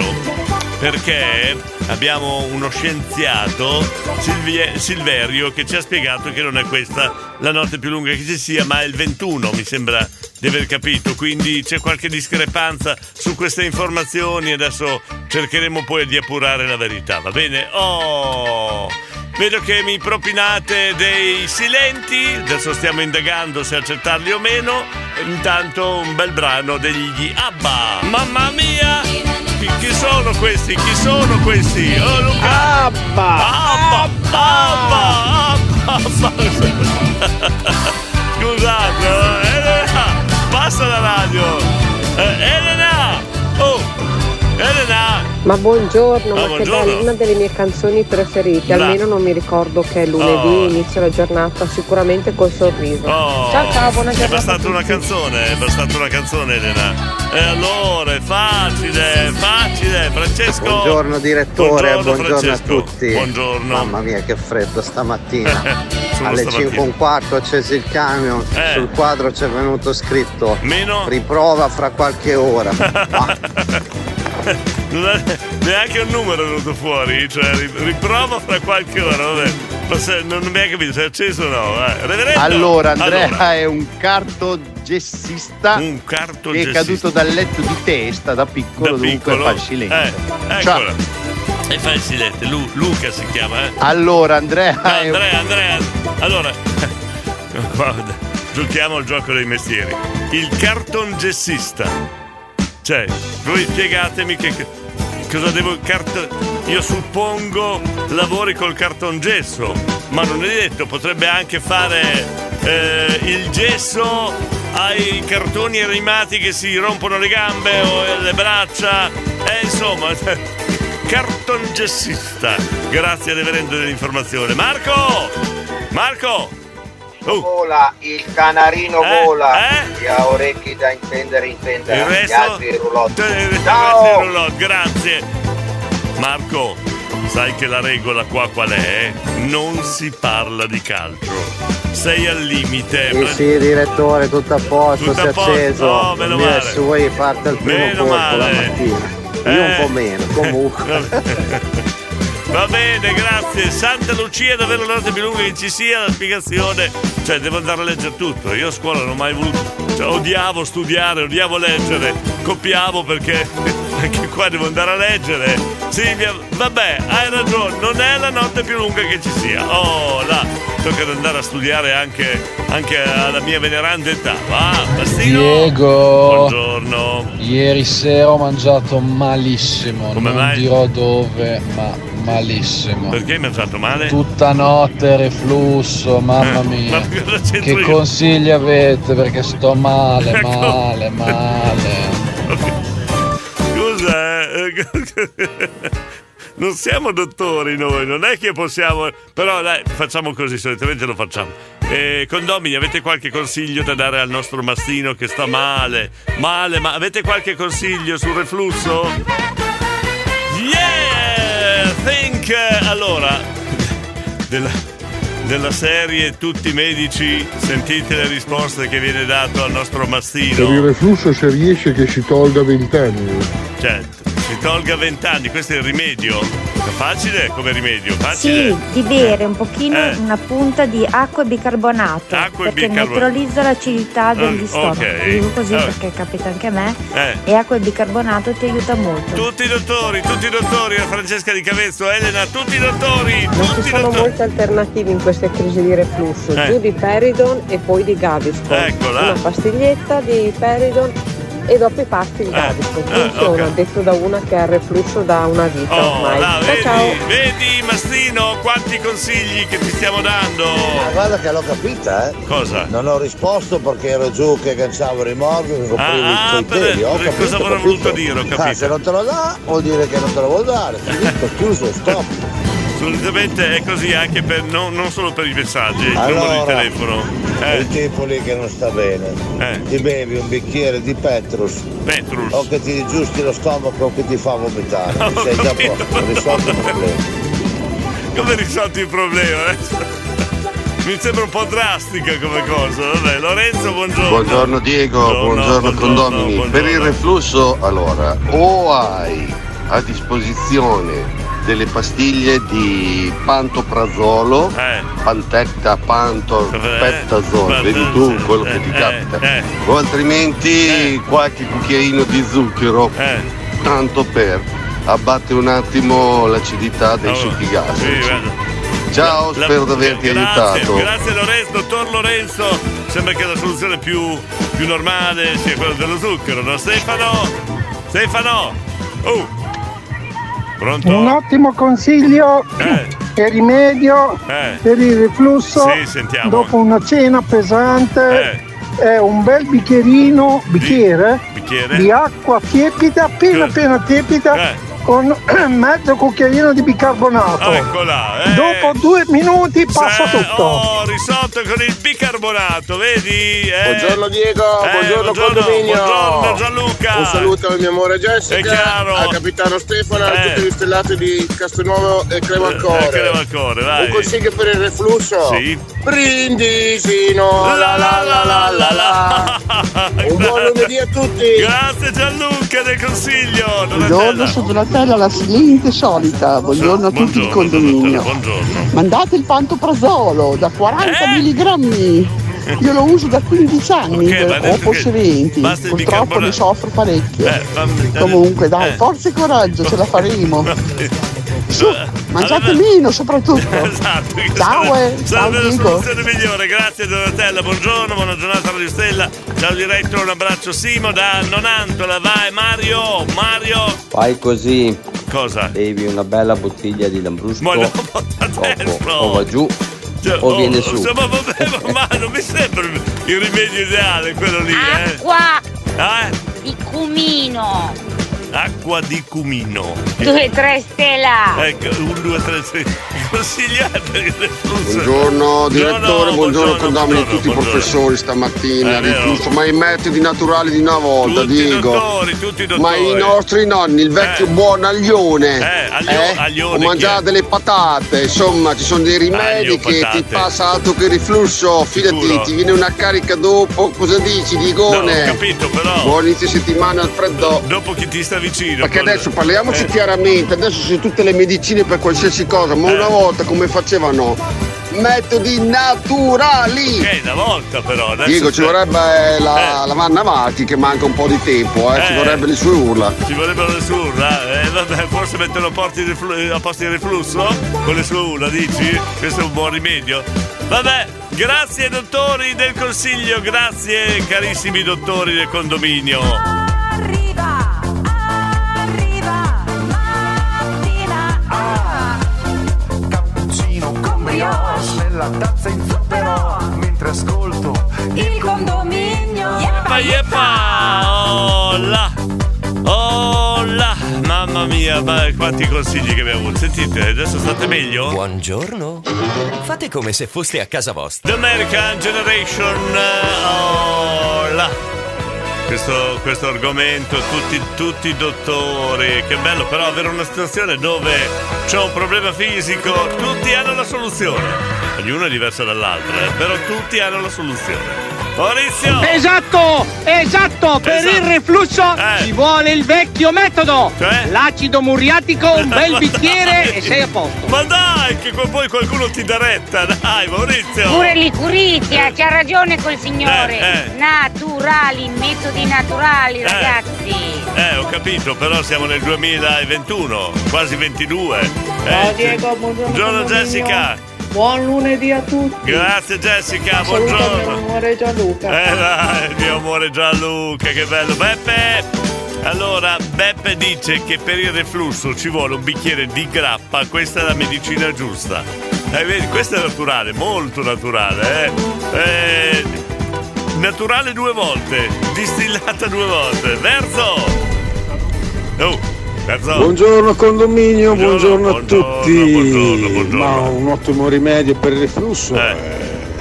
perché abbiamo uno scienziato, Silvie, Silverio, che ci ha spiegato che non è questa la notte più lunga che ci sia, ma è il ventuno, mi sembra di aver capito, quindi c'è qualche discrepanza su queste informazioni. Adesso cercheremo poi di appurare la verità, va bene? Oh, vedo che mi propinate dei silenti, adesso stiamo indagando se accettarli o meno. Intanto un bel brano degli ABBA. Mamma mia! Chi, chi sono questi? Chi sono questi? Oh Luca! ABBA! ABBA! ABBA! ABBA! Scusate, Elena! Passa la radio! Eh, Elena! Oh! Elena! Ma buongiorno, ah, ma buongiorno. che bella, una delle mie canzoni preferite, Là. almeno non mi ricordo che è lunedì, Oh. inizio la giornata sicuramente col sorriso. Oh, ciao ciao, buona è giornata. bastata una canzone, è bastata una canzone, Elena. E allora è facile, facile, Francesco. Buongiorno direttore, buongiorno, buongiorno a Francesco. tutti. Buongiorno. Mamma mia che freddo stamattina. Solo Alle stamattina. cinque e un quarto ho acceso il camion, Eh. sul quadro c'è venuto scritto Meno? riprova fra qualche ora. Ah. Non è neanche un numero è venuto fuori, cioè riprova fra qualche ora, vabbè. Ma se, non mi hai capito se è acceso o no? Eh. Reverendo? Allora Andrea Allora. è un cartogessista Un che cartogessista. è caduto dal letto di testa da piccolo, Da dunque piccolo? fa il silenzio. Eh, Ciao. eccola. E fa il silenzio, Lu- Luca si chiama, eh? Allora Andrea No, è un... Andrea, Andrea. Allora, guarda, giochiamo al gioco dei mestieri. Il cartongessista. Cioè, voi spiegatemi che, che cosa devo carto... Io suppongo lavori col cartongesso, ma non è detto, potrebbe anche fare eh, il gesso ai cartoni animati che si rompono le gambe o le braccia, eh, insomma, cartongessista. Grazie reverendo dell'informazione. Marco! Marco! Uh. Vola, il canarino Eh, vola, eh? chi ha orecchi da intendere intendere, Il gli resto? altri il roulotte. Eh, Ciao! il roulotte, grazie. Marco, sai che la regola qua qual è? Non si parla di calcio. sei al limite. Sì, sì, direttore, tutto a posto, Tutto si è a posto? acceso. Oh, meno Viene male. su e parte il primo Meno colpo male. la mattina. Io Eh. un po' meno, comunque. Va bene, grazie. Santa Lucia, davvero la notte più lunga che ci sia, la spiegazione. Cioè, devo andare a leggere tutto. Io a scuola non ho mai voluto. Cioè, odiavo studiare, odiavo leggere. Copiavo perché anche qua devo andare a leggere. Silvia, vabbè, hai ragione, non è la notte più lunga che ci sia. Oh, là, tocca ad andare a studiare anche, anche alla mia veneranda età. Va, Bastino. Diego, Buongiorno. ieri sera ho mangiato malissimo, Come non mai? dirò dove, ma malissimo. Perché hai mangiato male? Tutta notte reflusso, mamma Eh, mia. ma cosa c'entro Che io? consigli avete? Perché sto male, Ecco. male, male. Cos'è? Non siamo dottori noi, non è che possiamo. Però dai, facciamo così, solitamente lo facciamo. Eh, condomini, avete qualche consiglio da dare al nostro Mastino che sta male? Male, ma avete qualche consiglio sul reflusso? Yeah! Think! Allora, della, della serie Tutti medici, sentite le risposte che viene dato al nostro Per il Mastino. reflusso se riesce che si tolga vent'anni. Certo, si tolga vent'anni, questo è il rimedio. È facile come rimedio, facile. Sì, di bere un pochino Eh. una punta di acqua e bicarbonato Acqua e perché bicarbonato. neutralizza l'acidità degli Mm, stomaci. ok. Dico così Eh. perché capita anche a me. Eh. E acqua e bicarbonato ti aiuta molto. Tutti i dottori, tutti i dottori, Francesca Di Cavezzo, Elena, tutti i dottori, Non ci tutti i sono dottori. molte alternative in queste crisi di reflusso, Eh. giù di Peridon e poi di Gaviscon. Eccola. Una pastiglietta di Peridon e dopo i pasti il Gaviscon. eh, Funziona, ok. detto da una che ha il reflusso da una vita Oh, ormai. là, ciao vedi, ciao! vedi Mastino, quanti consigli che ti stiamo dando. Ma guarda che l'ho capita, eh. Cosa? Non ho risposto perché ero giù che agganciavo il rimorchio, che coprivo Ah, i per- coiteli. Ho per capito, cosa avrà capito. voluto dire, ho capito. Ah, se non te lo dà, vuol dire che non te lo vuol dare. Finito, chiuso, stop. Solitamente è così anche per non, non solo per i messaggi, il numero di Allora, telefono. Eh, il tipo lì che non sta bene. Eh. Ti bevi un bicchiere di Petrus. Petrus. O che ti giusti lo stomaco o che ti fa vomitare. Ho E sei già a capito. posto, risolto il problema. come risolti il problema? eh? Mi sembra un po' drastica come cosa. Vabbè, Lorenzo, buongiorno. Buongiorno Diego, buongiorno, condomini. buongiorno. Per il reflusso, allora, o hai a disposizione delle pastiglie di pantoprazolo, Eh. pantecta, panto, Eh, pettazolo, vedi tu quello che ti eh, capita. eh. O altrimenti qualche cucchiaino di zucchero, Eh. tanto per abbattere un attimo l'acidità dei Oh, succhi gas. sì, guarda. Ciao, La- spero di averti grazie, aiutato. Grazie Lorenzo, dottor Lorenzo. Sembra che la soluzione più, più normale sia quella dello zucchero, no? Stefano! Stefano! Oh! Pronto? Un ottimo consiglio Eh. e rimedio Eh. per il reflusso Sì, sentiamo. dopo una cena pesante Eh. è un bel bicchierino, bicchiere Bicchiere? di acqua tiepida, appena Eh. appena tiepida, Eh. con mezzo cucchiaino di bicarbonato. Eccola, eh. Dopo due minuti passa Sì, tutto. Oh, risolto con il bicarbonato, vedi? Eh. Buongiorno Diego, Eh, buongiorno, buongiorno, condominio. buongiorno Gianluca. Un saluto al mio amore Jessica, È chiaro. al capitano Stefano, a Eh. tutti gli stellati di Castelnuovo e Crevalcore. Eh, Crevalcore, vai. Un consiglio per il reflusso? Sì. Brindisino, la la la la la la. Un buon lunedì a tutti. Grazie Gianluca del consiglio. Buongiorno, sono Donatella, la silente solita. Buongiorno a tutti il condominio. Buongiorno. Mandate il pantoprazolo da quaranta Eh? milligrammi. Io lo uso da quindici anni, Ok, ma ha o detto forse che venti. basta il Purtroppo bicarbonato. ne soffro parecchio. Eh, ma- Comunque, dai, eh. forza e coraggio, ce la faremo. Su, mangiate Allora- meno soprattutto. Esatto, che Ciao, sarebbe- eh, ciao, sarebbe la Diego. soluzione migliore. Grazie Donatella, buongiorno, buona giornata Radio Stella. Ciao diretto, un abbraccio Simo da Nonantola, vai Mario, Mario. Fai così. Cosa? Bevi una bella bottiglia di Lambrusco. Ma no, Dopo o va giù Cioè, o oh, viene su. se- Ma, vabbè, ma, ma non mi sembra il rimedio ideale quello lì, eh. Acqua Ah, eh? di cumino. Acqua di cumino. Due, tre stella. Ecco, un, due, tre, sei. consiglio è per il reflusso? Buongiorno direttore, No, no, buongiorno, condomini buongiorno, tutti i buongiorno. professori stamattina, È vero. riflusso, ma i metodi naturali di una volta, Tutti i dico. dottori, tutti i dottori. Ma i nostri nonni, il vecchio Eh. buon aglione, Eh, aglio- aglione, o mangiare chi è? delle patate, insomma ci sono dei rimedi Aglio, che patate. ti passa altro che il riflusso, fidati, Sicuro? ti viene una carica dopo, cosa dici, No, Digone? ho capito, però. Buon inizio settimana Alfredo. Dopo chi ti sta vicino. Perché con- adesso parliamoci Eh. chiaramente, adesso sono tutte le medicine per qualsiasi cosa, ma una volta come facevano? Metodi naturali! Ok, una volta però. Adesso Dico, ci c'è- vorrebbe la, Eh. la Vanna Avanti che manca un po' di tempo, eh, ci Eh. vorrebbe le sue urla. Ci vorrebbero le sue urla? Eh, vabbè, forse metterlo a posto di riflu- a posto di riflusso? Con le sue urla, dici? Questo è un buon rimedio? Vabbè, grazie dottori del consiglio, grazie carissimi dottori del condominio. Arriva, arriva, mattina. Ah, cappuccino con brioche nella tazza in zucchero mentre ascolto Il condominio. Yeppa yeppa! Oh là! Oh là! Mamma mia, ma quanti consigli che abbiamo avuto. Sentite, adesso state meglio? Buongiorno. Fate come se foste a casa vostra. The American Generation. Oh là! Questo, questo argomento, tutti, tutti i dottori, che bello però avere una situazione dove c'è un problema fisico, tutti hanno la soluzione. Ognuno è diverso dall'altro, eh, però tutti hanno la soluzione. Maurizio! Esatto, esatto, per Esatto. il reflusso Eh. ci vuole il vecchio metodo. Cioè? L'acido muriatico, un bel bicchiere e sei a posto. Ma dai, che poi qualcuno ti dà retta, dai Maurizio! Pure l'icurizia, c'ha ragione col signore. Eh, eh. Naturali, metodi naturali, ragazzi. Eh, ho capito, però siamo nel duemilaventuno, quasi ventidue. Ciao Eh, Diego, buongiorno. Buongiorno condominio. Jessica. Buon lunedì a tutti. Grazie Jessica, Saluto il mio buongiorno. amore Gianluca. Eh dai, il mio amore Gianluca, che bello. Beppe! Allora, Beppe dice che per il reflusso ci vuole un bicchiere di grappa, questa è la medicina giusta. Eh, vedi, questa è naturale, molto naturale, eh. Eh, naturale due volte, distillata due volte. Verso! Oh! Verso. Buongiorno condominio, buongiorno, buongiorno, a tutti. buongiorno, buongiorno. Ma un ottimo rimedio per il reflusso Eh. è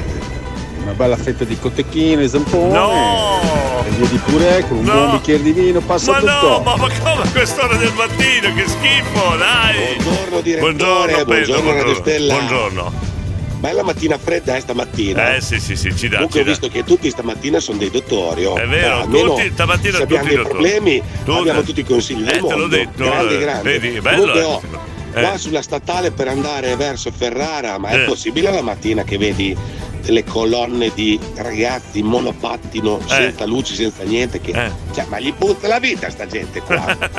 una bella fetta di cotechino e zampone. No! E via di purè con un No! buon bicchiere di vino, passa Ma tutto. no, ma, ma come a quest'ora del mattino? Che schifo, dai! Buongiorno direttore, Buongiorno, Pedro, buongiorno Radio buongiorno. Stella. Buongiorno. Bella mattina fredda eh, stamattina. Eh sì sì sì, ci dà, Comunque ci ho dà. visto che tutti stamattina sono dei dottori. oh. È vero, Eh, almeno tutti, stamattina se abbiamo tutti dei i dottori. problemi Tutti. abbiamo tutti i consigli del Eh, te mondo. l'ho detto, grande, eh, grande. vedi, bello, Comunque, eh. oh, Eh. qua sulla statale per andare verso Ferrara, ma è Eh. possibile la mattina che vedi delle colonne di ragazzi in monopattino senza luci, senza niente che cioè, ma gli puzza la vita sta gente qua.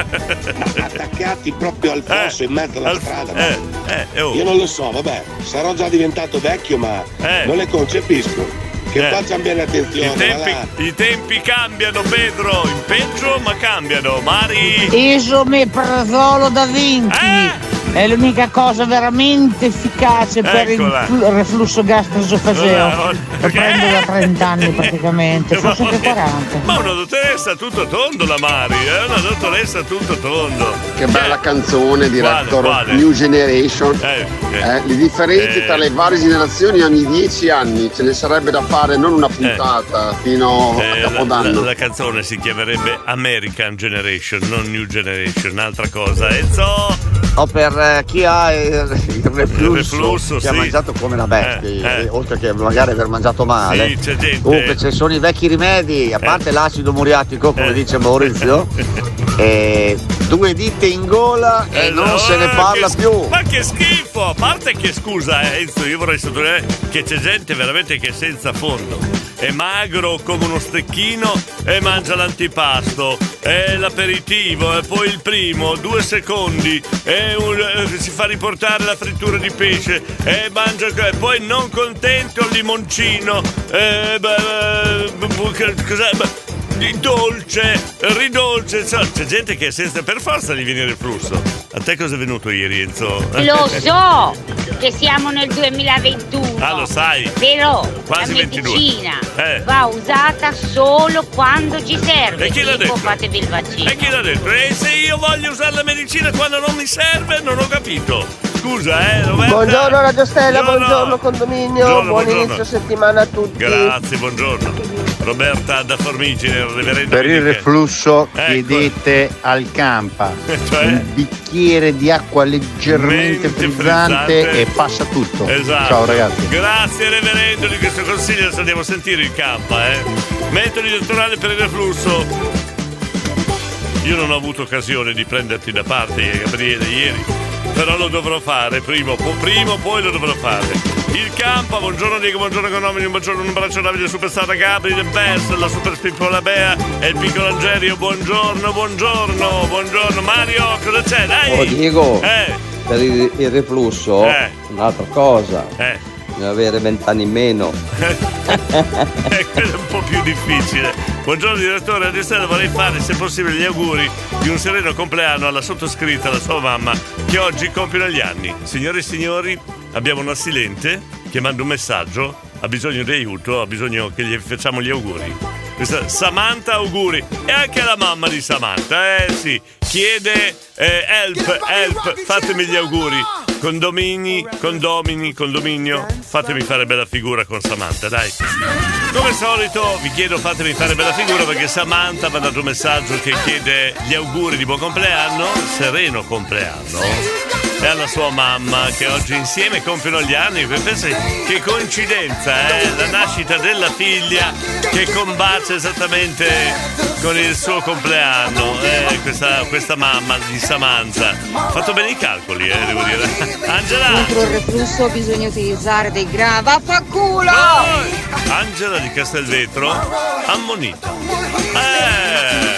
Ma attaccati proprio al fosso in mezzo alla al- strada. eh, ma- eh, eh, oh. Io non lo so, vabbè, sarò già diventato vecchio, ma Eh. non le concepisco. Che Eh. facciano bene attenzione. I va tempi, là. I tempi cambiano, Pedro, in peggio ma cambiano. Mari! Esomeprazolo da venti è l'unica cosa veramente efficace per il Eccola. flu- reflusso gastroesofageo. Eh, Lo prendo da trenta anni praticamente, forse anche quaranta. Ma una dottoressa a tutto tondo la Mari, è una dottoressa a tutto tondo. Che bella canzone di Quale, Rector quale? New Generation. Eh, eh. Eh, le differenze Eh. tra le varie generazioni ogni dieci anni ce ne sarebbe da fare non una puntata fino Eh, a la, Capodanno. la- la canzone si chiamerebbe American Generation, non New Generation, un'altra cosa. Enzo! O per eh, chi ha il, il reflusso, Il reflusso, che ha sì. mangiato come una bestia, Eh, eh. oltre che magari aver mangiato male. Sì, c'è gente. Comunque ci sono i vecchi rimedi, a parte l'acido muriatico, come Eh. dice Maurizio, e due dita in gola e Eh, non no, se ne parla che- più. Ma che schifo! A parte che scusa, eh, Enzo, io vorrei sottolineare che c'è gente veramente che è senza fondo. È magro come uno stecchino e mangia l'antipasto. È l'aperitivo, e poi il primo, due secondi, e un- eh, si fa riportare la frittura di pesce, e mangia, e poi non contento il limoncino. E beh, beh, che- cos'è? Beh, di dolce, ridolce, insomma, c'è gente che è senza per forza di venire il flusso. A te cosa è venuto ieri, Enzo? Lo so che siamo nel duemilaventuno. Ah, lo sai. Però Quasi la ventidue. medicina Eh. va usata solo quando ci serve. E chi l'ha Tipo, detto? fatevi il vaccino. E chi l'ha detto? E se io voglio usare la medicina quando non mi serve, non ho capito. scusa, eh, Roberta. Buongiorno Radio Stella, Buongiorno. buongiorno condominio, Buongiorno, buon buongiorno. inizio settimana a tutti. Grazie, buongiorno. Roberta da Formigine, il reverendo. Per il Michele. reflusso Ecco. chiedete al Campa Cioè? un bicchiere di acqua leggermente Mente frizzante frizzante. e passa tutto. Esatto. Ciao ragazzi. Grazie reverendo di questo consiglio, adesso andiamo a sentire il Campa, eh. Metodi naturali per il reflusso. Io non ho avuto occasione di prenderti da parte, Gabriele, ieri, però lo dovrò fare, prima o poi, prima o poi lo dovrò fare. Il Campa, buongiorno Diego, buongiorno Economini, un bacione, un abbraccio a Davide Superstar, Gabri, The Best, la Super Pippola Bea e il piccolo Angerio, buongiorno, buongiorno, buongiorno. Mario, cosa c'è? Dai! Oh Diego, Eh, per il, il reflusso, Eh. un'altra cosa, eh. bisogna avere vent'anni in meno. Eh, quello è un po' più difficile. Buongiorno direttore, a Stella vorrei fare se possibile gli auguri di un sereno compleanno alla sottoscritta, alla sua mamma, che oggi compiono gli anni. Signore e signori, abbiamo una silente che manda un messaggio, ha bisogno di aiuto, ha bisogno che gli facciamo gli auguri. Questa Samantha auguri, e anche la mamma di Samantha, eh sì, chiede eh, help, help, fatemi gli auguri. Condomini, condomini, condominio, fatemi fare bella figura con Samantha, dai. Come al solito vi chiedo fatemi fare bella figura perché Samantha mi ha dato un messaggio che chiede gli auguri di buon compleanno, sereno compleanno. E alla sua mamma che oggi insieme compiono gli anni. Pensa che coincidenza, eh? La nascita della figlia che combacia esattamente con il suo compleanno, eh? questa, questa mamma di Samantha. Ha fatto bene i calcoli, eh, devo dire. Angela! Contro il reflusso bisogna utilizzare dei gra... Vaffanculo! Angela di Castelvetro ammonita. Eh!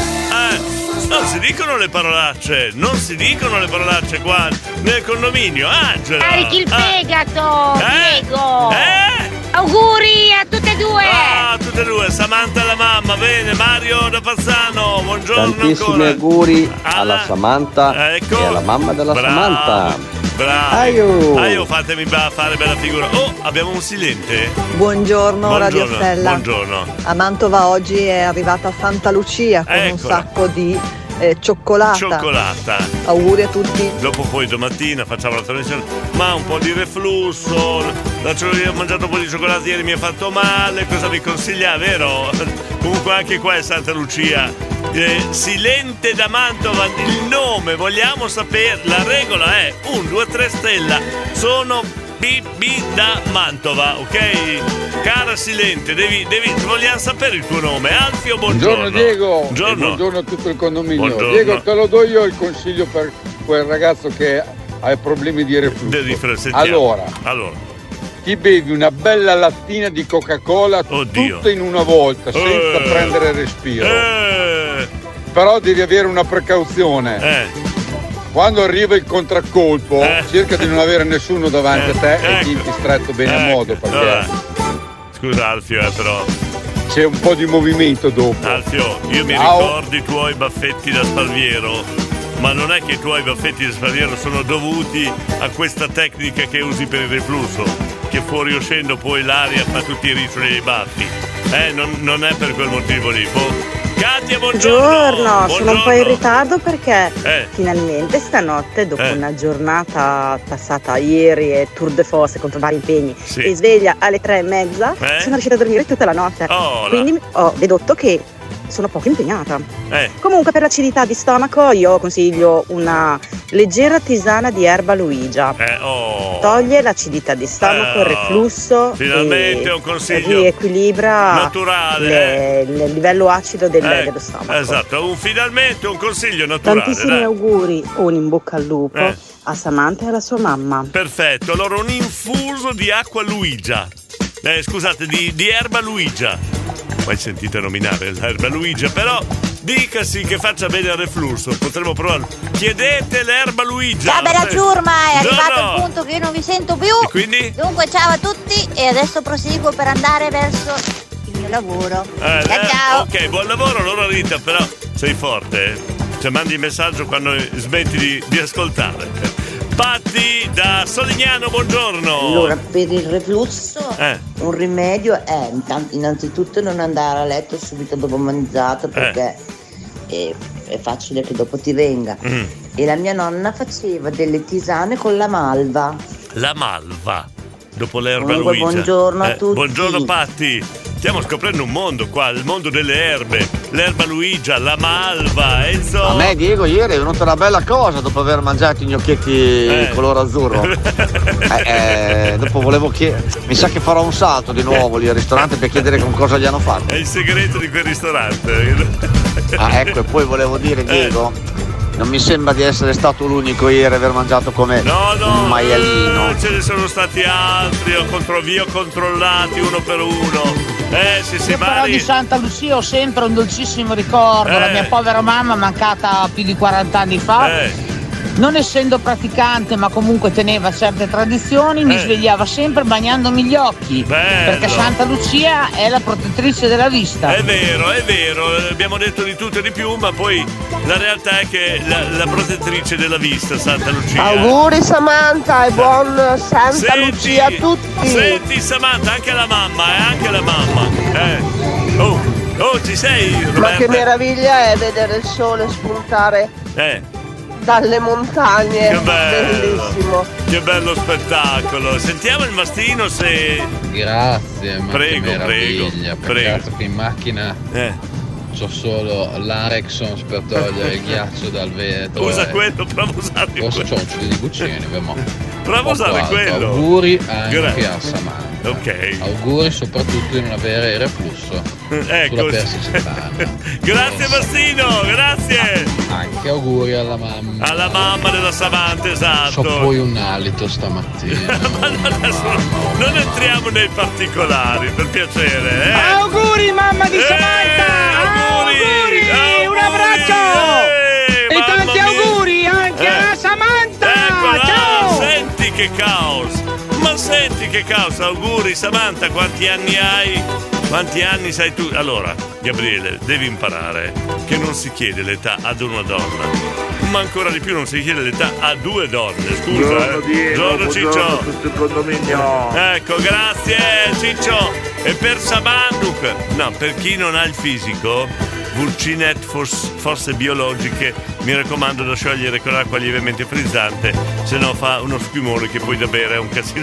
Eh! Non si dicono le parolacce, non si dicono le parolacce qua nel condominio, Angela! Carichi il Ah. fegato, Eh? Diego! Eh? Auguri a tutte e due! Ah, tutte e due, Samantha la mamma, bene, Mario da Pazzano, buongiorno Tantissimi ancora. auguri alla Samantha Ecco. e alla mamma della Bravo. Samantha. Bravo! Aio. Aio, fatemi ba- fare bella figura. Oh, abbiamo un silente? Buongiorno, Radio Buongiorno, Stella. buongiorno. A Mantova oggi è arrivata Santa Lucia con un Eccola. sacco di eh, cioccolata. Cioccolata. Auguri a tutti. Dopo poi domattina facciamo la trasmissione, ma un po' di reflusso, la cio- ho mangiato un po' di cioccolato ieri, mi ha fatto male, cosa mi consiglia, vero? Comunque anche qua è Santa Lucia. Eh, Silente da Mantova, il nome, vogliamo sapere, la regola è un, due, tre stella, sono B B da Mantova, ok? Cara Silente, devi, devi, vogliamo sapere il tuo nome, Alfio, buongiorno. Buongiorno Diego, Buongiorno. e buongiorno a tutto il condominio. Buongiorno. Diego, te lo do io il consiglio per quel ragazzo che ha problemi di reflusso. Sentiamo. Allora, allora, ti bevi una bella lattina di Coca-Cola tutta in una volta, senza Eh. prendere respiro. Eh. Però devi avere una precauzione. Eh. Quando arriva il contraccolpo, Eh. cerca di non avere nessuno davanti Eh. a te Ecco. e tienti stretto bene a Ecco. modo, perché Allora, scusa Alfio, eh, però c'è un po' di movimento dopo. Alfio, io mi Ciao. ricordo i tuoi baffetti da spalviero, ma non è che i tuoi baffetti da spalviero sono dovuti a questa tecnica che usi per il reflusso, che fuoriuscendo poi l'aria fa tutti i riccioli dei baffi. Eh, non, non è per quel motivo lì. Boh. Katia, buongiorno! Buongiorno, sono un po' in ritardo perché Eh. finalmente stanotte, dopo Eh. una giornata passata ieri e tour de force contro vari impegni Sì. e sveglia alle tre e mezza, Eh. sono riuscita a dormire tutta la notte. Oh, là. Quindi ho dedotto che sono poco impegnata. Eh. Comunque per l'acidità di stomaco io consiglio una leggera tisana di erba luigia. Eh, oh. Toglie l'acidità di stomaco, Eh, il reflusso finalmente e un consiglio riequilibra naturale, le- le- il livello acido del- Eh, dello stomaco. Esatto, un, finalmente un consiglio naturale. Tantissimi dai. auguri, un in bocca al lupo Eh. a Samantha e alla sua mamma. Perfetto, allora un infuso di acqua Luigia. Eh, scusate, di, di erba Luigia. Mai sentite nominare l'erba Luigia, però dicasi che faccia bene al reflusso, potremmo provarlo. Chiedete l'erba Luigia. Ciao bella Eh, ciurma, è no, arrivato no. il punto che io non vi sento più. E quindi? Dunque ciao a tutti e adesso proseguo per andare verso il mio lavoro. Eh, ciao eh, ciao. Ok, buon lavoro allora Rita, però sei forte, eh? Cioè mandi il messaggio quando smetti di, di ascoltare. Patti da Solignano, buongiorno. Allora, per il reflusso Eh. un rimedio è intanto- innanzitutto non andare a letto subito dopo mangiato perché è, è facile che dopo ti venga. Mm. e la mia nonna faceva delle tisane con la malva. La malva, dopo l'erba Comunque, Luigia. buongiorno a tutti. Buongiorno Patti. Stiamo scoprendo un mondo qua, il mondo delle erbe. L'erba Luigia, la malva, Enzo. A me Diego ieri è venuta una bella cosa dopo aver mangiato i gnocchetti Eh. color azzurro. eh, eh, dopo volevo chiedere. Mi sa che farò un salto di nuovo lì al ristorante per chiedere con cosa gli hanno fatto. È il segreto di quel ristorante. Ah, ecco, e poi volevo dire, Diego, non mi sembra di essere stato l'unico ieri a aver mangiato come No, no, un maialino. eh, ce ne sono stati altri, ho contro, vi ho controllati uno per uno. Eh, sì, sì, Io però Mari. di Santa Lucia ho sempre un dolcissimo ricordo, Eh. la mia povera mamma mancata più di quaranta anni fa. Eh. Non essendo praticante, ma comunque teneva certe tradizioni, mi Eh. svegliava sempre bagnandomi gli occhi. Bello. Perché Santa Lucia è la protettrice della vista. È vero, è vero, abbiamo detto di tutto e di più, ma poi la realtà è che la, la protettrice della vista, Santa Lucia. Auguri Samantha e buon Santa Senti, Lucia a tutti. Senti Samantha, anche la mamma, eh, anche la mamma. Eh. Oh, oh, ci sei, Roberta? Ma che meraviglia è vedere il sole spuntare Eh. dalle montagne. Che bello. Bellissimo. Che bello spettacolo. Sentiamo il mastino se. Grazie, ma Prego, che meraviglia. prego, Peccato che in macchina Eh. c'ho solo l'Arexons per togliere il ghiaccio dal vetro. Usa e quello, prova a usare Forse quello. c'ho un ciuccio di cucine, ma Prova a usare poco altro. quello. Auguri anche Grazie. a Samantha. Ok. Auguri soprattutto di non avere il reflusso Ecco. sulla persicetana. Grazie Mastino, grazie. Anche auguri alla mamma. Alla mamma della Samantha, esatto. C'ho poi un alito stamattina. Ma adesso non entriamo nei particolari, per piacere, eh. Auguri mamma di Eh, Samantha! auguri, auguri, Un abbraccio! eh, e mamma tanti mia. auguri anche Eh. a Samantha! Eccola, Ciao! senti che caos. Ma senti che caos, auguri Samantha, quanti anni hai? Quanti anni sei tu? Allora, Gabriele, devi imparare che non si chiede l'età ad una donna, ma ancora di più non si chiede l'età a due donne. Scusa, Buongiorno, eh. Diego, Buongiorno, buongiorno Ciccio. a tutto il condominio. Ecco, grazie Ciccio. E per Samanduk, no, per chi non ha il fisico, Vulcinet fos- fosse biologiche, mi raccomando da sciogliere con acqua lievemente frizzante, se no fa uno spumone che poi da bere è un casino.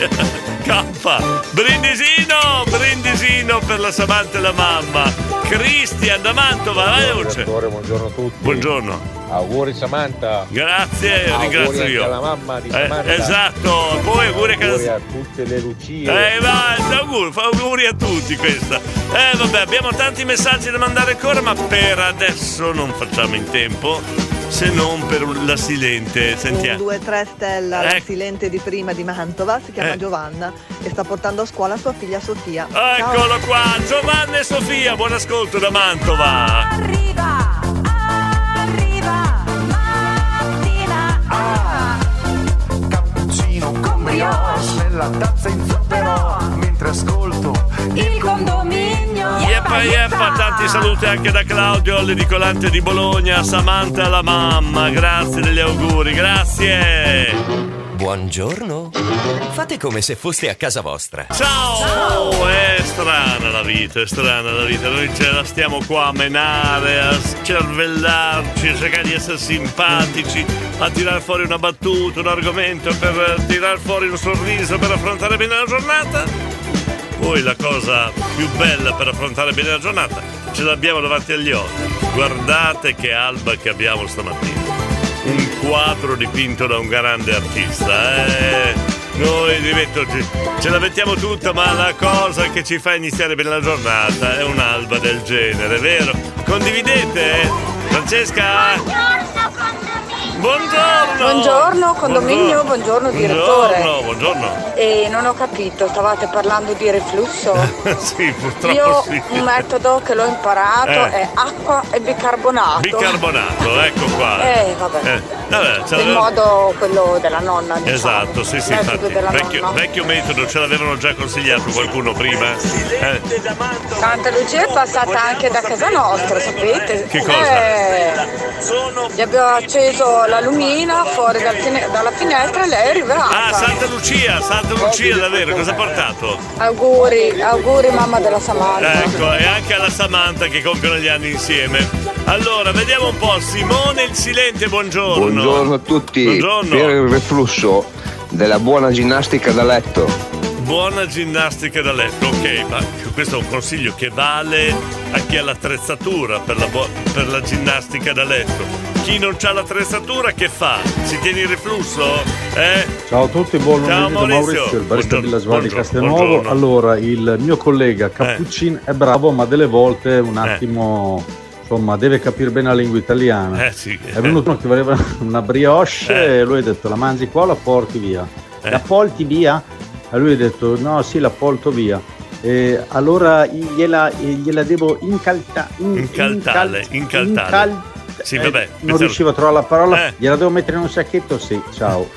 Cappa, brindisino, brindisino per la Samantha e la mamma. Cristian da Mantova, vai veloce. Buongiorno a tutti. Buongiorno. Auguri Samantha. Grazie, Auguri ringrazio anche io. alla mamma di Eh, Samantha. esatto, poi auguri a Auguri casa. a tutte le Lucie. Eh, vai, auguri, fa auguri a tutti questa. Eh, vabbè, abbiamo tanti messaggi da mandare ancora, ma per adesso non facciamo in tempo, se non per la silente. Un Sentiamo. due tre stella, la Ecco. silente di prima di Mantova, si chiama Eh. Giovanna e sta portando a scuola sua figlia Sofia. Eccolo qua, Giovanna e Sofia, buon ascolto da Mantova. Arriva, arriva, mattina. Ah, Cappuccino con brioche nella tazza in zucchero mentre ascolto il condominio. Yeppa yeppa, tanti saluti anche da Claudio, l'edicolante di Bologna, Samantha la mamma, grazie degli auguri, grazie. Buongiorno. Fate come se foste a casa vostra. Ciao! È strana la vita, è strana la vita. Noi ce la stiamo qua a menare, a scervellarci, a cercare di essere simpatici, a tirar fuori una battuta, un argomento per tirar fuori un sorriso, per affrontare bene la giornata. Poi la cosa più bella per affrontare bene la giornata ce l'abbiamo davanti agli occhi. Guardate che alba che abbiamo stamattina. Un quadro dipinto da un grande artista, eh. Noi rimetto, ce la mettiamo tutta, ma la cosa che ci fa iniziare bene la giornata è un'alba del genere, vero? Condividete? Francesca? Buongiorno! Buongiorno condominio, buongiorno, direttore. Buongiorno, buongiorno. E non ho capito, stavate parlando di reflusso? Sì, purtroppo Io sì. un metodo che l'ho imparato Eh. è acqua e bicarbonato. Bicarbonato, ecco qua. Eh, vabbè. Eh, vabbè, ce Il l'avevo- modo quello della nonna, diciamo. Esatto, sì, sì, Il metodo infatti. della Vecchio, nonna. vecchio metodo, ce l'avevano già consigliato qualcuno prima. Eh, Santa Lucia è passata anche da casa nostra, sapete? Che cosa? Eh, gli abbiamo acceso la lumina fuori dal fine- dalla finestra e lei è arrivata. Ah, Santa Lucia, Santa Santa Lucia, davvero, cosa ha portato? Auguri, auguri mamma della Samantha. Ecco, e anche alla Samantha che compiono gli anni insieme. Allora, vediamo un po', Simone il Silente, buongiorno. Buongiorno a tutti. Buongiorno. Per il reflusso della buona ginnastica da letto. Buona ginnastica da letto, ok, ma questo è un consiglio che vale a chi ha l'attrezzatura per la, bu- per la ginnastica da letto. Chi non ha l'attrezzatura che fa? Si tiene il reflusso? Eh? Ciao a tutti, buon lunedì da Maurizio, il barista della Sval di Castelnuovo. buongiorno. Allora, il mio collega Cappuccin è bravo, ma delle volte un attimo, insomma, deve capire bene la lingua italiana. Eh sì. È venuto uno che voleva una brioche Eh. e lui ha detto la mangi qua o la porti via? Eh. La porti via? E lui ha detto no, sì, la porto via. E allora gliela, gliela devo incalta, in, Incaltare, incal- incaltare. incal- Sì, eh, vabbè. non riuscivo a trovare la parola, Eh. gliela devo mettere in un sacchetto? Sì, ciao.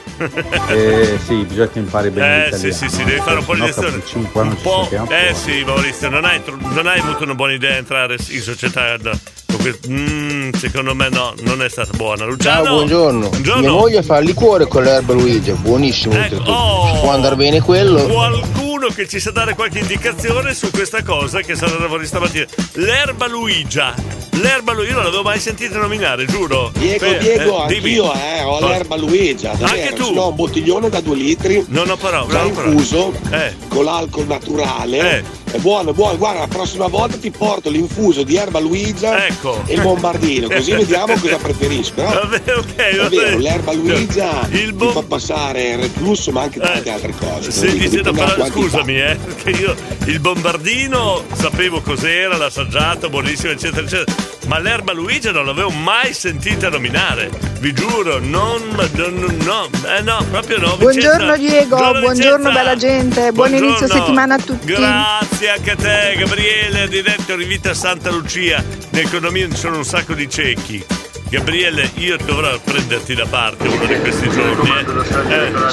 eh, sì, bisogna che impari bene Eh l'italiano. sì sì sì, devi fare un po' di No, lezione. Cappuccino qua non Un ci po'. sentiamo Eh fuori. sì, Maurizio, non hai, non hai avuto una buona idea di entrare in società. da- con questo- Mm, secondo me no, non è stata buona. Luciano. Ciao, buongiorno. Buongiorno. Mia moglie fa il liquore con l'erba Luigi, buonissimo. oltretutto. Oh. Può andare bene quello. Qualcuno che ci sa dare qualche indicazione su questa cosa che sarà fuori stamattina. L'erba Luigia. L'erba Luigia, io non l'avevo mai sentito nominare, giuro. Diego, Beh, Diego, eh, dimmi. anch'io eh, ho Cosa? l'erba Luigia, davvero. Anche tu? Ce l'ho un bottiglione da due litri. Non ho parole, Già non ho parole. infuso, Eh. con l'alcol naturale. Eh. È buono, è buono. Guarda, la prossima volta ti porto l'infuso di erba Luigia Ecco. e il bombardino, così vediamo cosa preferisci. Però, Vabbè, ok, va davvero, bene. l'erba Luigia Il ti fa passare il reflusso, ma anche tante altre cose. Se Quindi dicendo, dipende da però, quanti scusami, eh, perché io il bombardino sapevo cos'era, l'assaggiato, buonissimo, eccetera, eccetera. Ma l'erba Luigia non l'avevo mai sentita nominare. Vi giuro, non, non no, eh no, proprio no. Buongiorno Vicenza. Diego, Buongiorno, buongiorno Vicenza. bella gente, buon Buongiorno. inizio settimana a tutti. Grazie anche a te, Gabriele, diretto Rivita Santa Lucia. Nel condominio ci sono un sacco di ciechi. Gabriele, io dovrò prenderti da parte uno di questi giorni. Eh. Eh.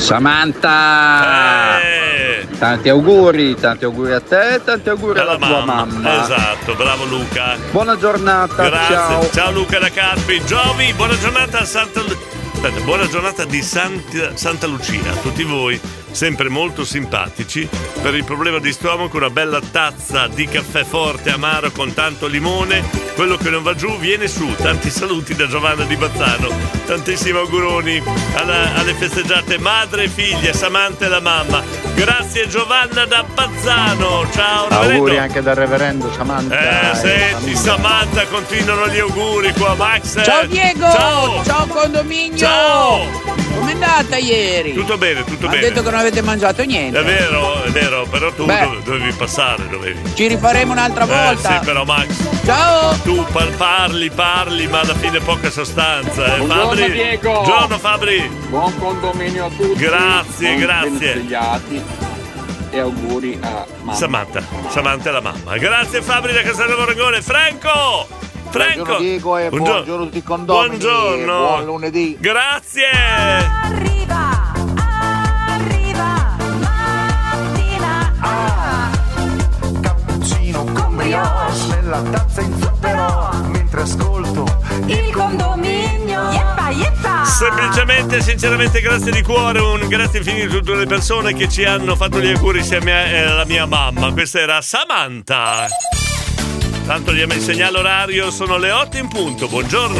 Samantha! Eh. Tanti auguri, tanti auguri a te e tanti auguri alla, Alla tua mamma. mamma. Esatto, bravo Luca. Buona giornata, Grazie. ciao. Luca da Carpi. Giovi, buona giornata a Santa Lu- Aspetta, buona giornata di Santa, Santa Lucia a tutti voi, sempre molto simpatici. Per il problema di stomaco una bella tazza di caffè forte amaro con tanto limone. Quello che non va giù viene su. Tanti saluti da Giovanna di Bazzano. Tantissimi auguroni alla- alle festeggiate madre e figlia, Samantha e la mamma. Grazie Giovanna da Bazzano. Ciao reverendo. Auguri anche dal reverendo Samantha. Eh, senti, Samantha, continuano gli auguri qua, Max. Ciao Diego! Ciao! Ciao condominio! Ciao! Com'è andata ieri? Tutto bene, tutto Ha bene. detto che non avete mangiato niente. È vero, è vero, però tu Beh. dove- dovevi passare, dovevi. Ci rifaremo un'altra volta. Eh sì, però Max. Ciao! Tu par- parli, parli, ma alla fine poca sostanza, eh. Buongiorno, Fabri. Diego. Buongiorno Fabri. Buon condominio a tutti. Grazie, Buon grazie. ben svegliati e auguri a mamma. Samantha, Samantha è la mamma. Grazie Fabri da Castello Rangone. Franco! Franco! Buongiorno Diego e Buongiorno. buongiorno a tutti i condomini. Buongiorno. Buon lunedì. Grazie! Arriva, arriva, mattina. Ah, Cappuccino con brioche nella tazza in zucchero mentre ascolto il condominio. Yeppa, yeppa. Semplicemente, sinceramente, grazie di cuore, un grazie infinito a tutte le persone che ci hanno fatto gli auguri insieme eh, alla mia mamma. Questa era Samantha. Tanto diamo il segnale orario, sono le otto in punto. Buongiorno.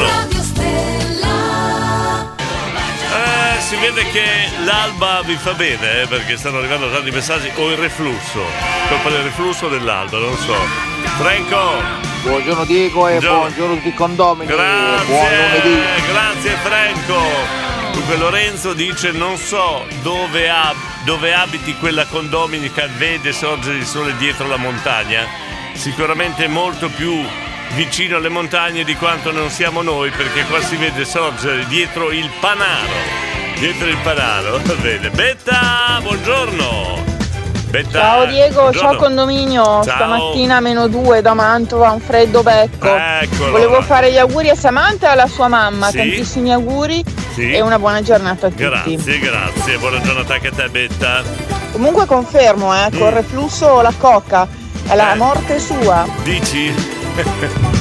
Eh, si vede che l'alba vi fa bene, eh, perché stanno arrivando tanti messaggi. O il reflusso. Colpa del reflusso o dell'alba, non so. Franco. Buongiorno Diego e Buongiorno. buongiorno a tutti i condomini. Grazie, Buon lunedì. grazie Franco. Dunque Lorenzo dice non so dove, ab- dove abiti quella condomini che vede sorgere il sole dietro la montagna. Sicuramente molto più vicino alle montagne di quanto non siamo noi, perché qua si vede sorgere dietro il Panaro. Dietro il Panaro, va bene. Betta, buongiorno. Betta, Ciao Diego, buongiorno. ciao condominio, Ciao. stamattina meno due da Mantova, un freddo becco. Eccolo. Volevo fare gli auguri a Samantha e alla sua mamma, Sì. tantissimi auguri Sì. e una buona giornata a tutti. Grazie, grazie. Buona giornata anche a te, Betta. Comunque confermo, eh, col reflusso la coca, è la morte sua. Dici?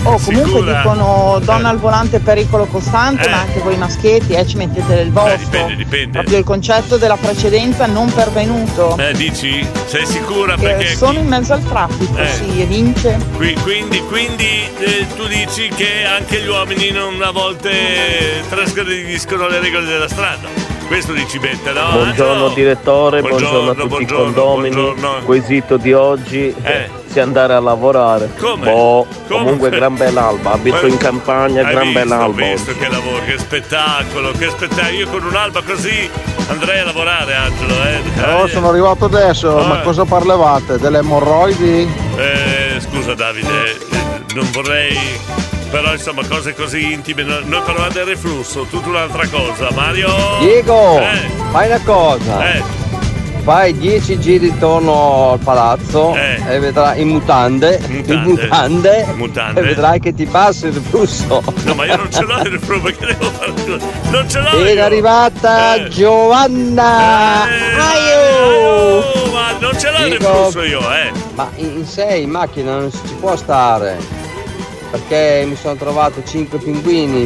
Oh, comunque Sicura? dicono donna Eh. al volante pericolo costante, Eh. ma anche voi maschietti, eh, ci mettete del vostro. Eh, dipende, dipende. Proprio il concetto della precedenza non pervenuto. Eh, dici? Sei sicura? Eh, Perché sono in mezzo al traffico, Eh. sì, e vince. qui- quindi, quindi eh, tu dici che anche gli uomini non a volte trasgrediscono le regole della strada. Questo dici, Betta, no? Buongiorno Angelo? direttore, buongiorno, Buongiorno, a tutti buongiorno, i condomini. buongiorno. Quesito di oggi, Eh. se andare a lavorare. Come? Boh, Come? comunque gran bell'alba, abito Ma- in campagna, Hai gran visto, bell'alba. Ho visto che lavoro, che spettacolo, che spettacolo. Io con un'alba così andrei a lavorare, Angelo, eh. Oh, sono arrivato adesso, Ah. ma cosa parlavate? Delle emorroidi? Eh, scusa Davide, eh, non vorrei. Però insomma cose così intime. no- Noi parlavamo del reflusso, tutta un'altra cosa. Mario! Diego, Eh, fai una cosa. eh, Fai dieci giri intorno al palazzo Eh. e vedrai in mutande, in Mutande. mutande, Mutande. e vedrai che ti passa il reflusso. no, ma io non ce l'ho il reflusso, perché devo fare scusa? Non ce l'ho Ed io! è arrivata Eh. Giovanna! Aio! Oh, ma non ce l'ho il Diego, reflusso io, eh! Ma in in sé in macchina non ci può stare, perché mi sono trovato cinque pinguini.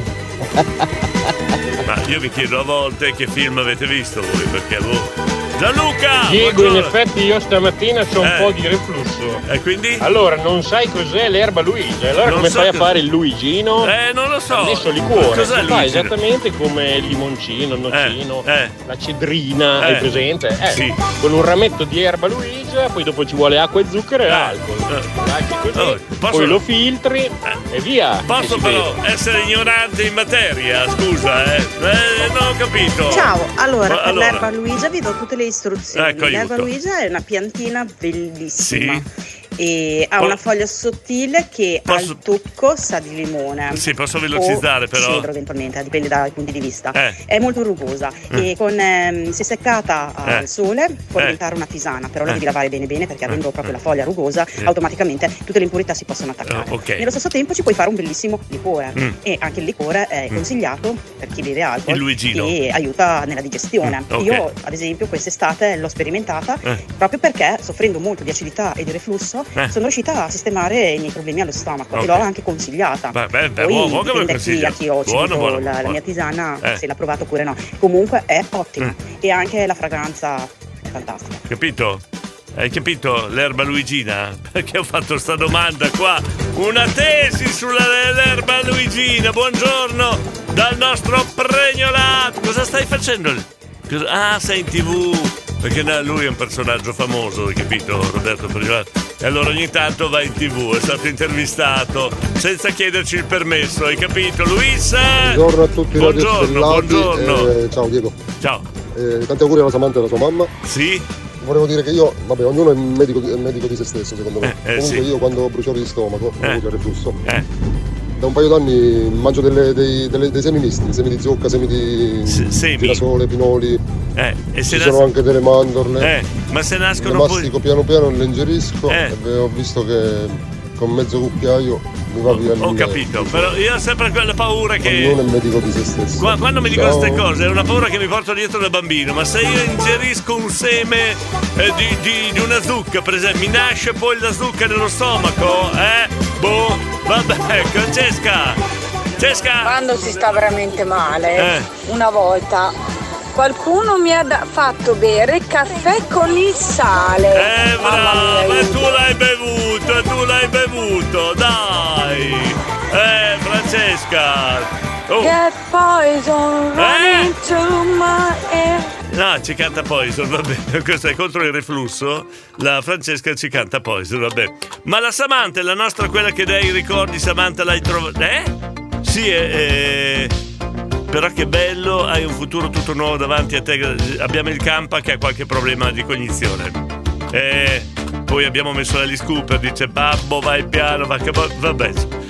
Ma io vi chiedo a volte che film avete visto voi, perché boh. Gianluca! Diego, in buongiorno. effetti io stamattina c'ho un Eh. po' di reflusso. E quindi? Allora, non sai cos'è l'erba Luigi? Allora Non come so fai cos- a fare il Luigino? Eh, non lo so. Hai messo liquore, Cos'è si fa Luigi? esattamente come il limoncino, il nocino, Eh, eh. la cedrina, Eh. hai presente? Eh, Sì. Con un rametto di erba Luigia, poi dopo ci vuole acqua e zucchero e alcol. Lasci così, Oh, posso- poi lo filtri e via. Posso E si però beve. essere ignorante in materia, scusa, eh? Eh, non ho capito. Ciao, allora Ma- per allora. l'erba Luigia vi do tutte le istruzioni. Ecco, L'erba aiuto. Luigia è una piantina bellissima. Sì. E ha Po- una foglia sottile che Posso- al tocco sa di limone. Sì, posso velocizzare, o però? cedro eventualmente, dipende dai punti di vista. Eh. È molto rugosa Mm. e con, ehm, se seccata al Eh. sole può Eh. diventare una tisana, però la Eh. devi lavare bene bene perché avendo proprio la foglia rugosa Eh. automaticamente tutte le impurità si possono attaccare. Oh, ok. Nello stesso tempo ci puoi fare un bellissimo liquore Mm. e anche il liquore è Mm. consigliato per chi beve alcol Il Luigino. e aiuta nella digestione. Mm, ok. Io ad esempio quest'estate l'ho sperimentata Eh. proprio perché soffrendo molto di acidità e di reflusso Eh. sono riuscita a sistemare i miei problemi allo stomaco Ok. e l'ho anche consigliata. Beh, beh, beh, Poi buono, buono come dipende a chi, consiglia. a chi ho Buono, ceduto buono, la, la buono. mia tisana, Eh. se l'ha provato oppure no. Comunque è ottima Mm. e anche la fragranza è fantastica. Capito? Hai capito l'erba luigina? Perché ho fatto sta domanda qua? Una tesi sull'erba luigina. Buongiorno dal nostro pregnolato. Cosa stai facendo? Cosa- Ah, sei in tv. Perché no, lui è un personaggio famoso, hai capito, Roberto Pregnolato? E allora ogni tanto va in tv, è stato intervistato senza chiederci il permesso, hai capito? Luisa! Buongiorno a tutti i Buongiorno, radiostellati. buongiorno. Eh, ciao Diego. Ciao. Eh, tanti auguri alla Samantha e alla sua mamma. Sì? Volevo dire che io, vabbè, ognuno è medico di, è medico di se stesso, secondo me. Eh, eh, Comunque sì. io quando ho bruciore di stomaco, ho Eh. avuto il reflusso. Eh. Da un paio d'anni mangio delle- dei, delle- dei semi misti, semi di zucca, semi di semi. girasole, pinoli. Eh, e se Ci nas- sono anche delle mandorle. Eh, ma se Le nascono poi... mastico piano piano, le ingerisco Eh. e ho visto che con mezzo cucchiaio mi va via il Ho capito, però io ho sempre quella paura che... Ognuno è medico di se stesso. Qua- Quando mi dicono Ciao. queste cose è una paura che mi porto dietro da bambino, ma se io ingerisco un seme eh, di, di- di una zucca, per esempio, mi nasce poi la zucca nello stomaco, eh? Boh, vabbè, Francesca! Francesca! Quando si sta veramente male, Eh. una volta qualcuno mi ha da- fatto bere caffè con il sale. Eh, Mamma brava, mia, e tu l'hai bevuto, e tu l'hai bevuto, dai! Eh, Francesca! Oh. Get poison running through my air. No, ci canta Poison, va bene. Questo è contro il reflusso. La Francesca ci canta Poison, va bene. Ma la Samantha è la nostra, quella che dai i ricordi, Samantha, l'hai trovata? Eh? Sì, eh, però che bello, hai un futuro tutto nuovo davanti a te. Abbiamo il Campa che ha qualche problema di cognizione. Eh, poi abbiamo messo l'Alice Cooper, dice babbo vai piano, va che bo-". Vabbè.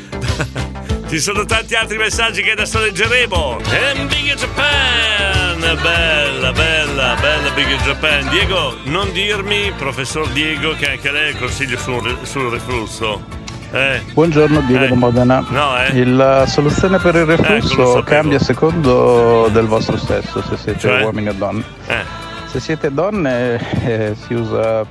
Ci sono tanti altri messaggi che adesso leggeremo. And Big Japan, bella, bella, bella Big Japan. Diego, non dirmi, professor Diego, che anche lei ha il consiglio sul, sul reflusso. Eh. Buongiorno Diego Eh. da Modena. No, eh. Il- La soluzione per il Ecco, lo reflusso sapevo. cambia a secondo del vostro sesso, se siete Cioè? uomini o donne. Eh. Se siete donne eh, si usa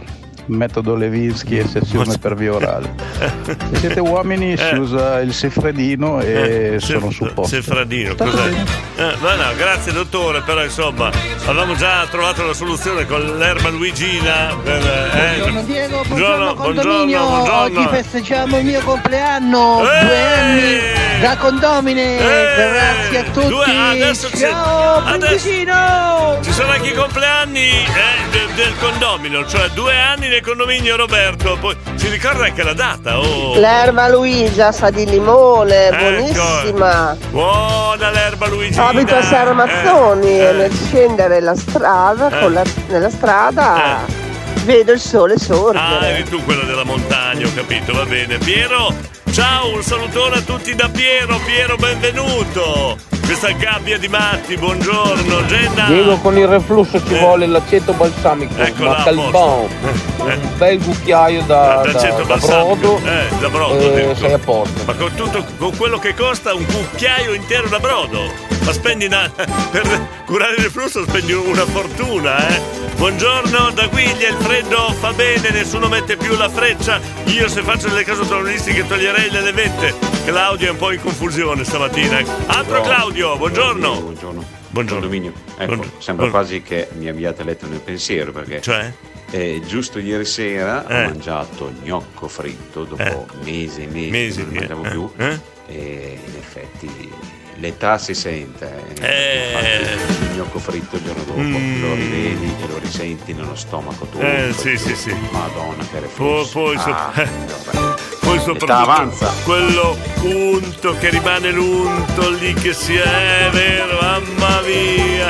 metodo Levinsky e sessione per via orale. Se siete uomini si Eh. usa il sefredino e Eh, sono sef- su posto. Sefradino, Sta cos'è? bene. Eh, ma no, grazie dottore, però insomma avevamo già trovato la soluzione con l'erba luigina per, eh. Buongiorno Diego, buongiorno, Buongiorno, condominio. buongiorno, buongiorno. Oggi festeggiamo il mio compleanno, Ehi! due anni da condomine. Eh, Grazie a tutti. due- adesso ci- Ciao, adesso- Principino. Ci sono anche i compleanni eh, de- del condomino, cioè due anni nel condominio Roberto, poi si ricorda anche la data, oh. L'erba Luigia sa di limone, Ecco. buonissima. Buona l'erba Luigina. Abito a Serra Mazzoni Eh, e eh. nel scendere la strada, Eh. con la- nella strada vedo il sole Ah, sorgere. eri tu quella della montagna, ho capito, va bene. Piero, ciao, un salutone a tutti da Piero. Piero, benvenuto. Questa gabbia di matti, buongiorno. Jenna. Diego, con il reflusso ci Eh. vuole l'aceto balsamico, Ecco ma là, a calbon, posto. Eh. un bel cucchiaio da, da, D'aceto da balsamico. brodo, Eh, da brodo, e addirittura. sei a posto. Ma con tutto con quello che costa un cucchiaio intero da brodo. Ma spendi una, per curare il reflusso spendi una fortuna, eh. Buongiorno da Guiglia, il freddo fa bene, nessuno mette più la freccia. Io se faccio delle casotronistiche toglierei le levette. Claudio è un po' in confusione stamattina. Altro Claudio, buongiorno. Buongiorno. Buongiorno. Dominio. Ecco, Buongiorno. sembra Buongiorno. quasi che mi abbiate letto nel pensiero perché Cioè? eh, giusto ieri sera Eh. ho mangiato gnocco fritto dopo Eh. mesi e mesi, Mesi che non che- mangiavo eh. più Eh? e in effetti l'età si sente. Eh. Infatti, il gnocco fritto il giorno dopo Mm. lo rivedi e lo risenti nello stomaco tutto. Eh, sì, sì, sì. Madonna che Poi, reflusso. poi, so- Ah, eh, poi soprattutto avanza. quello unto che rimane l'unto lì che si è vero, mamma mia.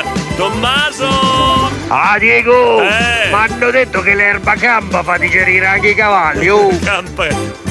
Tommaso! Ah Diego! Eh. Mi hanno detto che l'erba campa fa digerire anche i cavalli, oh! Campa,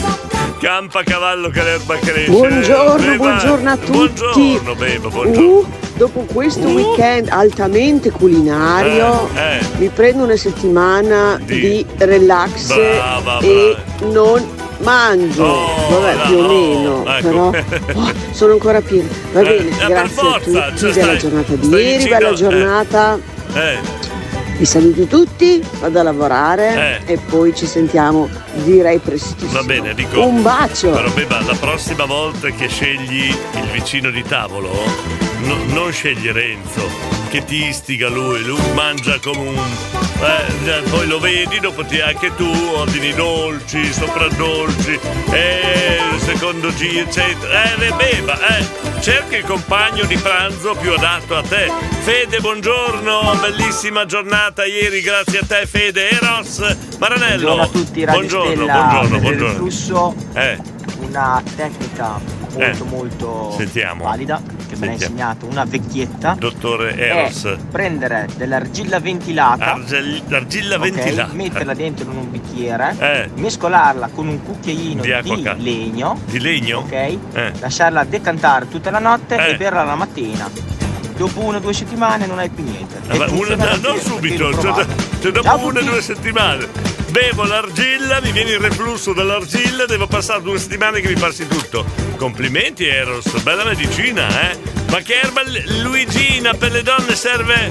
campa cavallo che l'erba cresce. Buongiorno, Beba. buongiorno a tutti. Buongiorno, Beba, buongiorno. Uh, dopo questo weekend altamente culinario, Eh, eh. mi prendo una settimana Di- di, relax Brava, e non mangio. Oh, Vabbè, no, più o meno, ecco. però oh, sono ancora piena. Va Eh, bene, eh, per grazie forza, a tutti cioè, della stai- giornata di stai ieri, vicino, bella eh. giornata. Eh, Vi saluto tutti, vado a lavorare Eh. e poi ci sentiamo, direi prestissimo. va bene, dico. Un bacio! Però Beba, la prossima volta che scegli il vicino di tavolo, no- non scegli Renzo, che ti istiga lui, lui mangia come un. Eh, poi lo vedi, dopo ti anche tu ordini dolci, sopraddolci, e il secondo giro, eccetera. Eh, Beba, eh. Cerca il compagno di pranzo più adatto a te. Fede, buongiorno, bellissima giornata ieri, grazie a te Fede. Eros Maranello. Buongiorno a tutti, Radio buongiorno, Stella. buongiorno, Per il buongiorno. reflusso, Eh, una tecnica molto Eh. molto Sentiamo. valida che me l'ha Sentiamo. insegnato una vecchietta. dottore Eros. È prendere dell'argilla ventilata, Argel- argilla ok, ventilata. metterla dentro in un bicchiere, Eh. mescolarla con un cucchiaino Di di, acqua calda. legno, Di legno? ok, Eh. lasciarla decantare tutta la notte Eh. e berla la mattina. Dopo una o due settimane non hai più niente. Eh, ma E una- funziona no, non davvero, subito, perché cioè, l'ho provato. cioè dopo Ciao a una o tutti. due settimane. Bevo l'argilla, mi viene il reflusso dall'argilla, devo passare due settimane che mi passi tutto. Complimenti Eros, bella medicina, eh? Ma che erba l- luigina per le donne serve?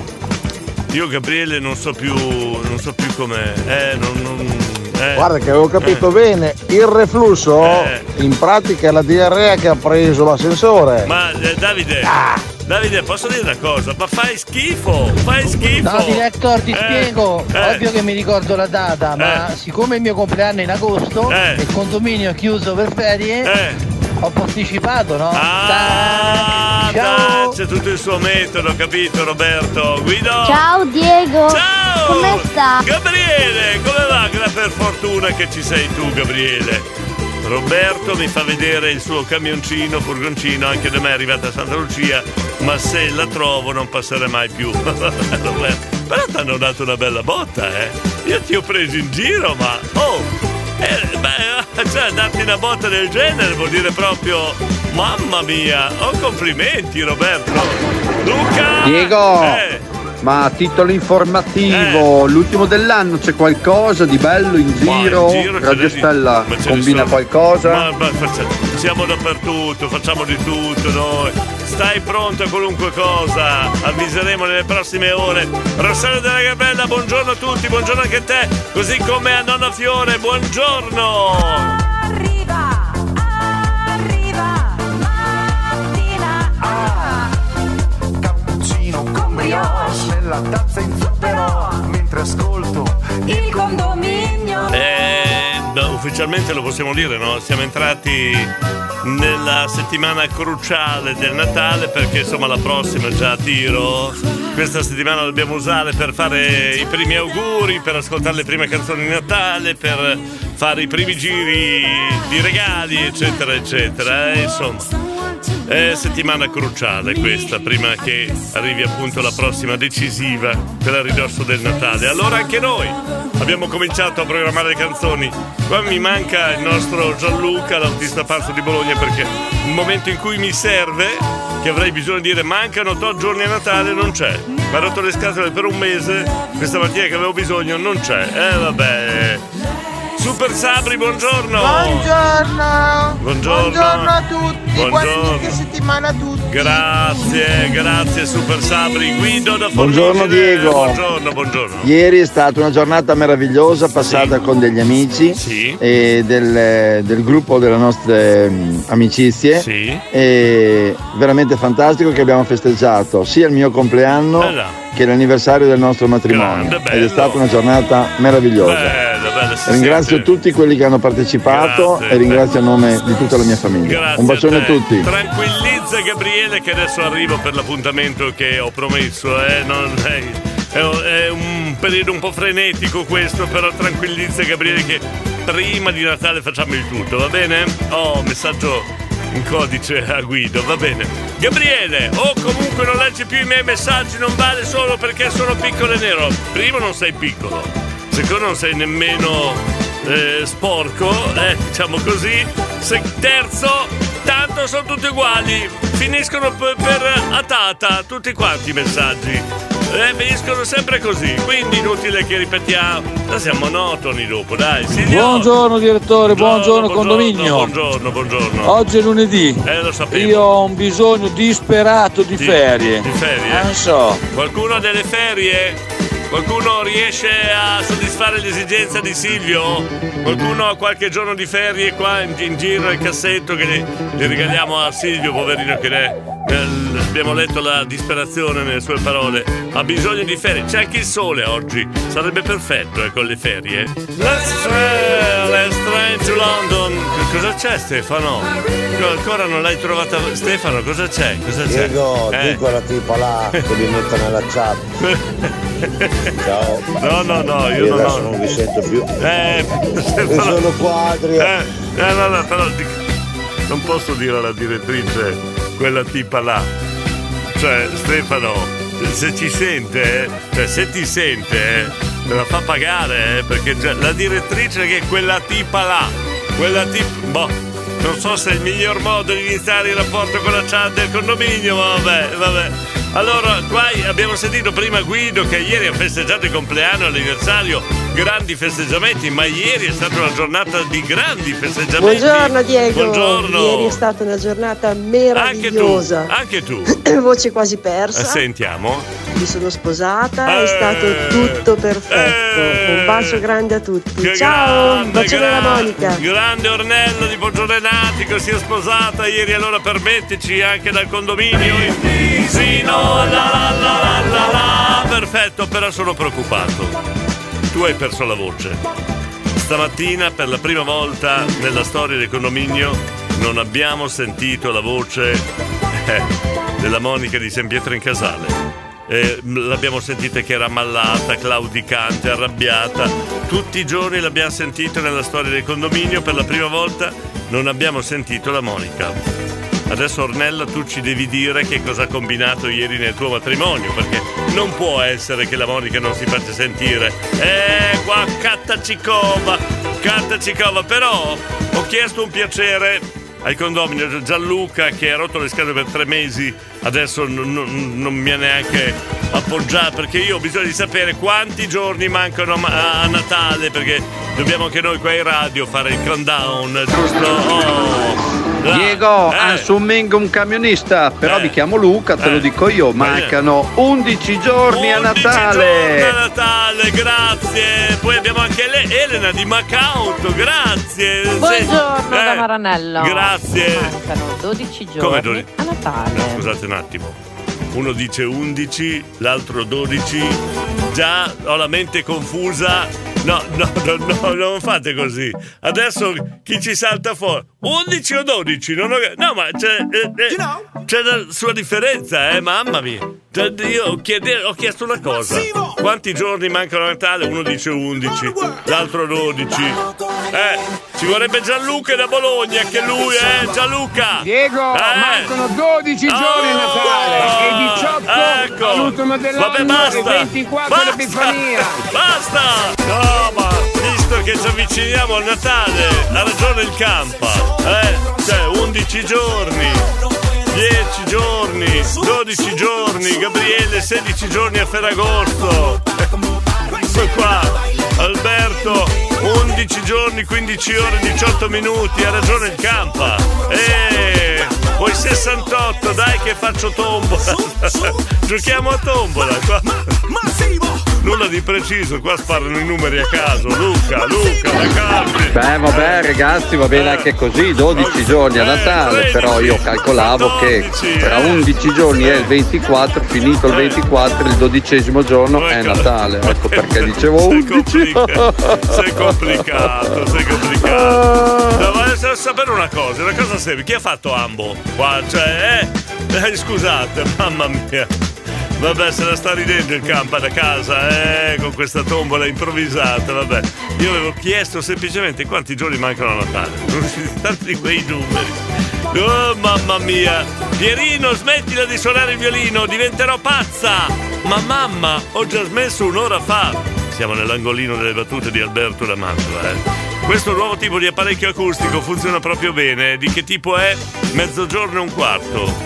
Io Gabriele non so più, non so più com'è, eh, non... non eh. Guarda che avevo capito Eh. bene, il reflusso Eh. in pratica è la diarrea che ha preso l'ascensore. Ma eh, Davide, Ah. Davide, posso dire una cosa? Ma fai schifo, fai schifo. No, Director, ti Eh, spiego. eh. Ovvio che mi ricordo la data, ma Eh. siccome il mio compleanno è in agosto Eh. e il condominio è chiuso per ferie, Eh. ho posticipato, no? Ah, Tac, ciao! dai, c'è tutto il suo metodo, capito Roberto? Guido? Ciao Diego! Ciao! Come sta? Gabriele, come va? Gra- Per fortuna che ci sei tu, Gabriele. Roberto mi fa vedere il suo camioncino, furgoncino, anche da me è arrivata a Santa Lucia, ma se la trovo non passerei mai più. Roberto, però ti hanno dato una bella botta, eh? Io ti ho preso in giro, ma... Oh! Eh, beh, cioè, darti una botta del genere vuol dire proprio... Mamma mia! Oh, complimenti, Roberto! Luca! Diego! Eh, Ma a titolo informativo, Eh. l'ultimo dell'anno c'è qualcosa di bello in Ma in giro? giro ce Radio n'è di- Stella ma ce ne combina sono. qualcosa? Ma, ma faccia- siamo dappertutto, facciamo di tutto noi. Stai pronto a qualunque cosa. Avviseremo nelle prossime ore. Rossella della Gabella, buongiorno a tutti, buongiorno anche a te, così come a Nonna Fiore, buongiorno. Arriva, arriva, mattina. Ah, Cappuccino con brioche nella tazza in zucchero mentre ascolto il condominio. Eh, no, ufficialmente lo possiamo dire, no? Siamo entrati nella settimana cruciale del Natale, perché insomma la prossima già a tiro. Questa settimana la dobbiamo usare per fare i primi auguri, per ascoltare le prime canzoni di Natale, per fare i primi giri di regali, eccetera, eccetera. Eh, insomma, è settimana cruciale questa, prima che arrivi appunto la prossima decisiva per il ridosso del Natale. Allora anche noi abbiamo cominciato a programmare le canzoni. Qua mi manca il nostro Gianluca, l'autista pazzo di Bologna, perché il momento in cui mi serve, che avrei bisogno di dire mancano tot giorni a Natale, non c'è. Mi ha rotto le scatole per un mese, questa mattina che avevo bisogno non c'è. Eh vabbè. Super Sabri, buongiorno. Buongiorno. Buongiorno. Buongiorno a tutti. Buon Buongiorno. inizio settimana a tutti. Grazie, grazie Super Sabri. Guido da Buongiorno, Formigine. Diego. Buongiorno, buongiorno. Ieri è stata una giornata meravigliosa passata con degli amici Sì. e del, del gruppo delle nostre mm, amicizie. Sì. E veramente fantastico che abbiamo festeggiato sia il mio compleanno Bella. che l'anniversario del nostro matrimonio. Grande, Ed bello. è stata una giornata meravigliosa. Bella, bella, si Ringrazio sente. tutti quelli che hanno partecipato Grazie, e ringrazio a nome di tutta la mia famiglia. Grazie Un bacione a, te. tutti. Tranquillizza Gabriele che adesso arrivo per l'appuntamento che ho promesso, eh? Non è, è, è un periodo un po' frenetico questo, però tranquillizza Gabriele che prima di Natale facciamo il tutto, va bene? Oh, messaggio in codice a Guido, va bene. Gabriele, o comunque non leggi più i miei messaggi, non vale solo perché sono piccolo e nero. Primo non sei piccolo, secondo non sei nemmeno eh, sporco, eh, diciamo così. Se, terzo, tanto sono tutti uguali, finiscono per, per a tata, tutti quanti i messaggi. Eh, finiscono sempre così, quindi inutile che ripetiamo, ma siamo monotoni dopo, dai. Silvio. Buongiorno direttore, buongiorno, condominio. Buongiorno, buongiorno. Oggi è lunedì. Eh, lo sapevo. Io ho un bisogno disperato di, Di- ferie. Di ferie? Non so. Qualcuno ha delle ferie? Qualcuno riesce a soddisfare l'esigenza di Silvio? Qualcuno ha qualche giorno di ferie qua in, in giro nel cassetto che le, le regaliamo a Silvio, poverino, che ne, nel- abbiamo letto la disperazione nelle sue parole. Ha bisogno di ferie. C'è anche il sole oggi. Sarebbe perfetto, eh, con le ferie. Let's train, let's train to London. Che cosa c'è, Stefano? Co- Ancora non l'hai trovata? Stefano, cosa c'è? Cosa c'è? Diego, Eh. dico alla tipa là che mi metta nella chat. Ciao. No, no, no, io, Io non adesso ho. non vi sento più. Eh, Io sono quadri. Eh, eh, no, no, però dic- non posso dire alla direttrice quella tipa là. Cioè, Stefano, se ci sente, cioè se ti sente, eh, me la fa pagare, eh, perché già la direttrice che è quella tipa là, quella tipa. Boh, non so se è il miglior modo di iniziare il rapporto con la chat del condominio, ma vabbè, vabbè. Allora, qua abbiamo sentito prima Guido che ieri ha festeggiato il compleanno, l'anniversario, grandi festeggiamenti, ma ieri è stata una giornata di grandi festeggiamenti. Buongiorno Diego. Buongiorno. Ieri è stata una giornata Anche tu, meravigliosa. anche tu. Voce quasi persa. Eh, Sentiamo. Mi sono sposata, Eh, è stato tutto perfetto. Un bacio grande a tutti. Che Ciao, un grande, bacione alla grande, Monica. Grande Ornello di Poggiorenati che si è sposata ieri, allora permettici anche dal condominio il visino, la la la la la la. Perfetto, però sono preoccupato. Tu hai perso la voce. Stamattina per la prima volta nella storia del condominio non abbiamo sentito la voce eh, della Monica di San Pietro in Casale. Eh, l'abbiamo sentita che era ammallata, claudicante, arrabbiata. Tutti i giorni l'abbiamo sentita nella storia del condominio. Per la prima volta non abbiamo sentito la Monica. Adesso Ornella tu ci devi dire che cosa ha combinato ieri nel tuo matrimonio, perché non può essere che la Monica non si faccia sentire. Eh, qua Cattacicova, Cattacicova. Però ho chiesto un piacere al condominio. Gianluca, che ha rotto le scatole per tre mesi, adesso non, non, non mi ha neanche appoggiare, perché io ho bisogno di sapere quanti giorni mancano a, a Natale, perché dobbiamo anche noi qua in radio fare il countdown, giusto? Oh. Diego, eh. assuming un camionista, però Eh. mi chiamo Luca, te Eh. lo dico io, mancano undici giorni a Natale. Giorni a Natale, grazie. Poi abbiamo anche Le- Elena di Macauto, grazie. Buongiorno Eh, da Maranello. Grazie. Mancano dodici giorni Come dodici? a Natale. No, scusate un attimo. Uno dice undici, l'altro dodici. Già ho la mente confusa. No, no, no, no, non fate così. Adesso chi ci salta fuori? undici o dodici? Non ho... No, ma c'è, eh, eh, c'è la sua differenza, eh, mamma mia. Cioè, io chiede, ho chiesto una cosa. Quanti giorni mancano a Natale? Uno dice undici, l'altro dodici. Eh, ci vorrebbe Gianluca da Bologna, che lui, eh, Gianluca. Diego, Eh. mancano dodici giorni a Natale e diciotto ecco. all'ultimo dell'anno Vabbè, basta. e ventiquattro Basta. l'Epifania. Basta! No, ma visto che ci avviciniamo al Natale, ha ragione il Campa. Eh, cioè, undici giorni, dieci giorni, dodici giorni, Gabriele, sedici giorni a Ferragosto. Ecco qua, Alberto, undici giorni, quindici ore, diciotto minuti, ha ragione il Campa. Eh, poi sessantotto, dai che faccio tombola. Giochiamo a tombola qua. Nulla di preciso, qua sparano i numeri a caso. Luca, Luca, da calmi. Beh, vabbè, ragazzi, va bene anche così, dodici giorni a Natale, però io calcolavo che tra undici giorni è il ventiquattro, finito il ventiquattro, il dodicesimo giorno è Natale. Ecco perché dicevo undici. Sei complicato, sei complicato. No, ma devo sapere una cosa, una cosa seria. Chi ha fatto Ambo? Qua, cioè, eh, eh, scusate, mamma mia. Vabbè, se la sta ridendo il Campa da casa, eh, con questa tombola improvvisata, vabbè. Io avevo chiesto semplicemente quanti giorni mancano a Natale. Non si tanti di quei numeri. Oh, mamma mia. Pierino, smettila di suonare il violino, diventerò pazza. Ma mamma, ho già smesso un'ora fa. Siamo nell'angolino delle battute di Alberto da Mantova, eh. Questo nuovo tipo di apparecchio acustico funziona proprio bene. Di che tipo è? Mezzogiorno e un quarto.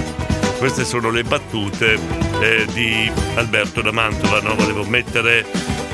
Queste sono le battute eh, di Alberto da Mantova, no? Volevo mettere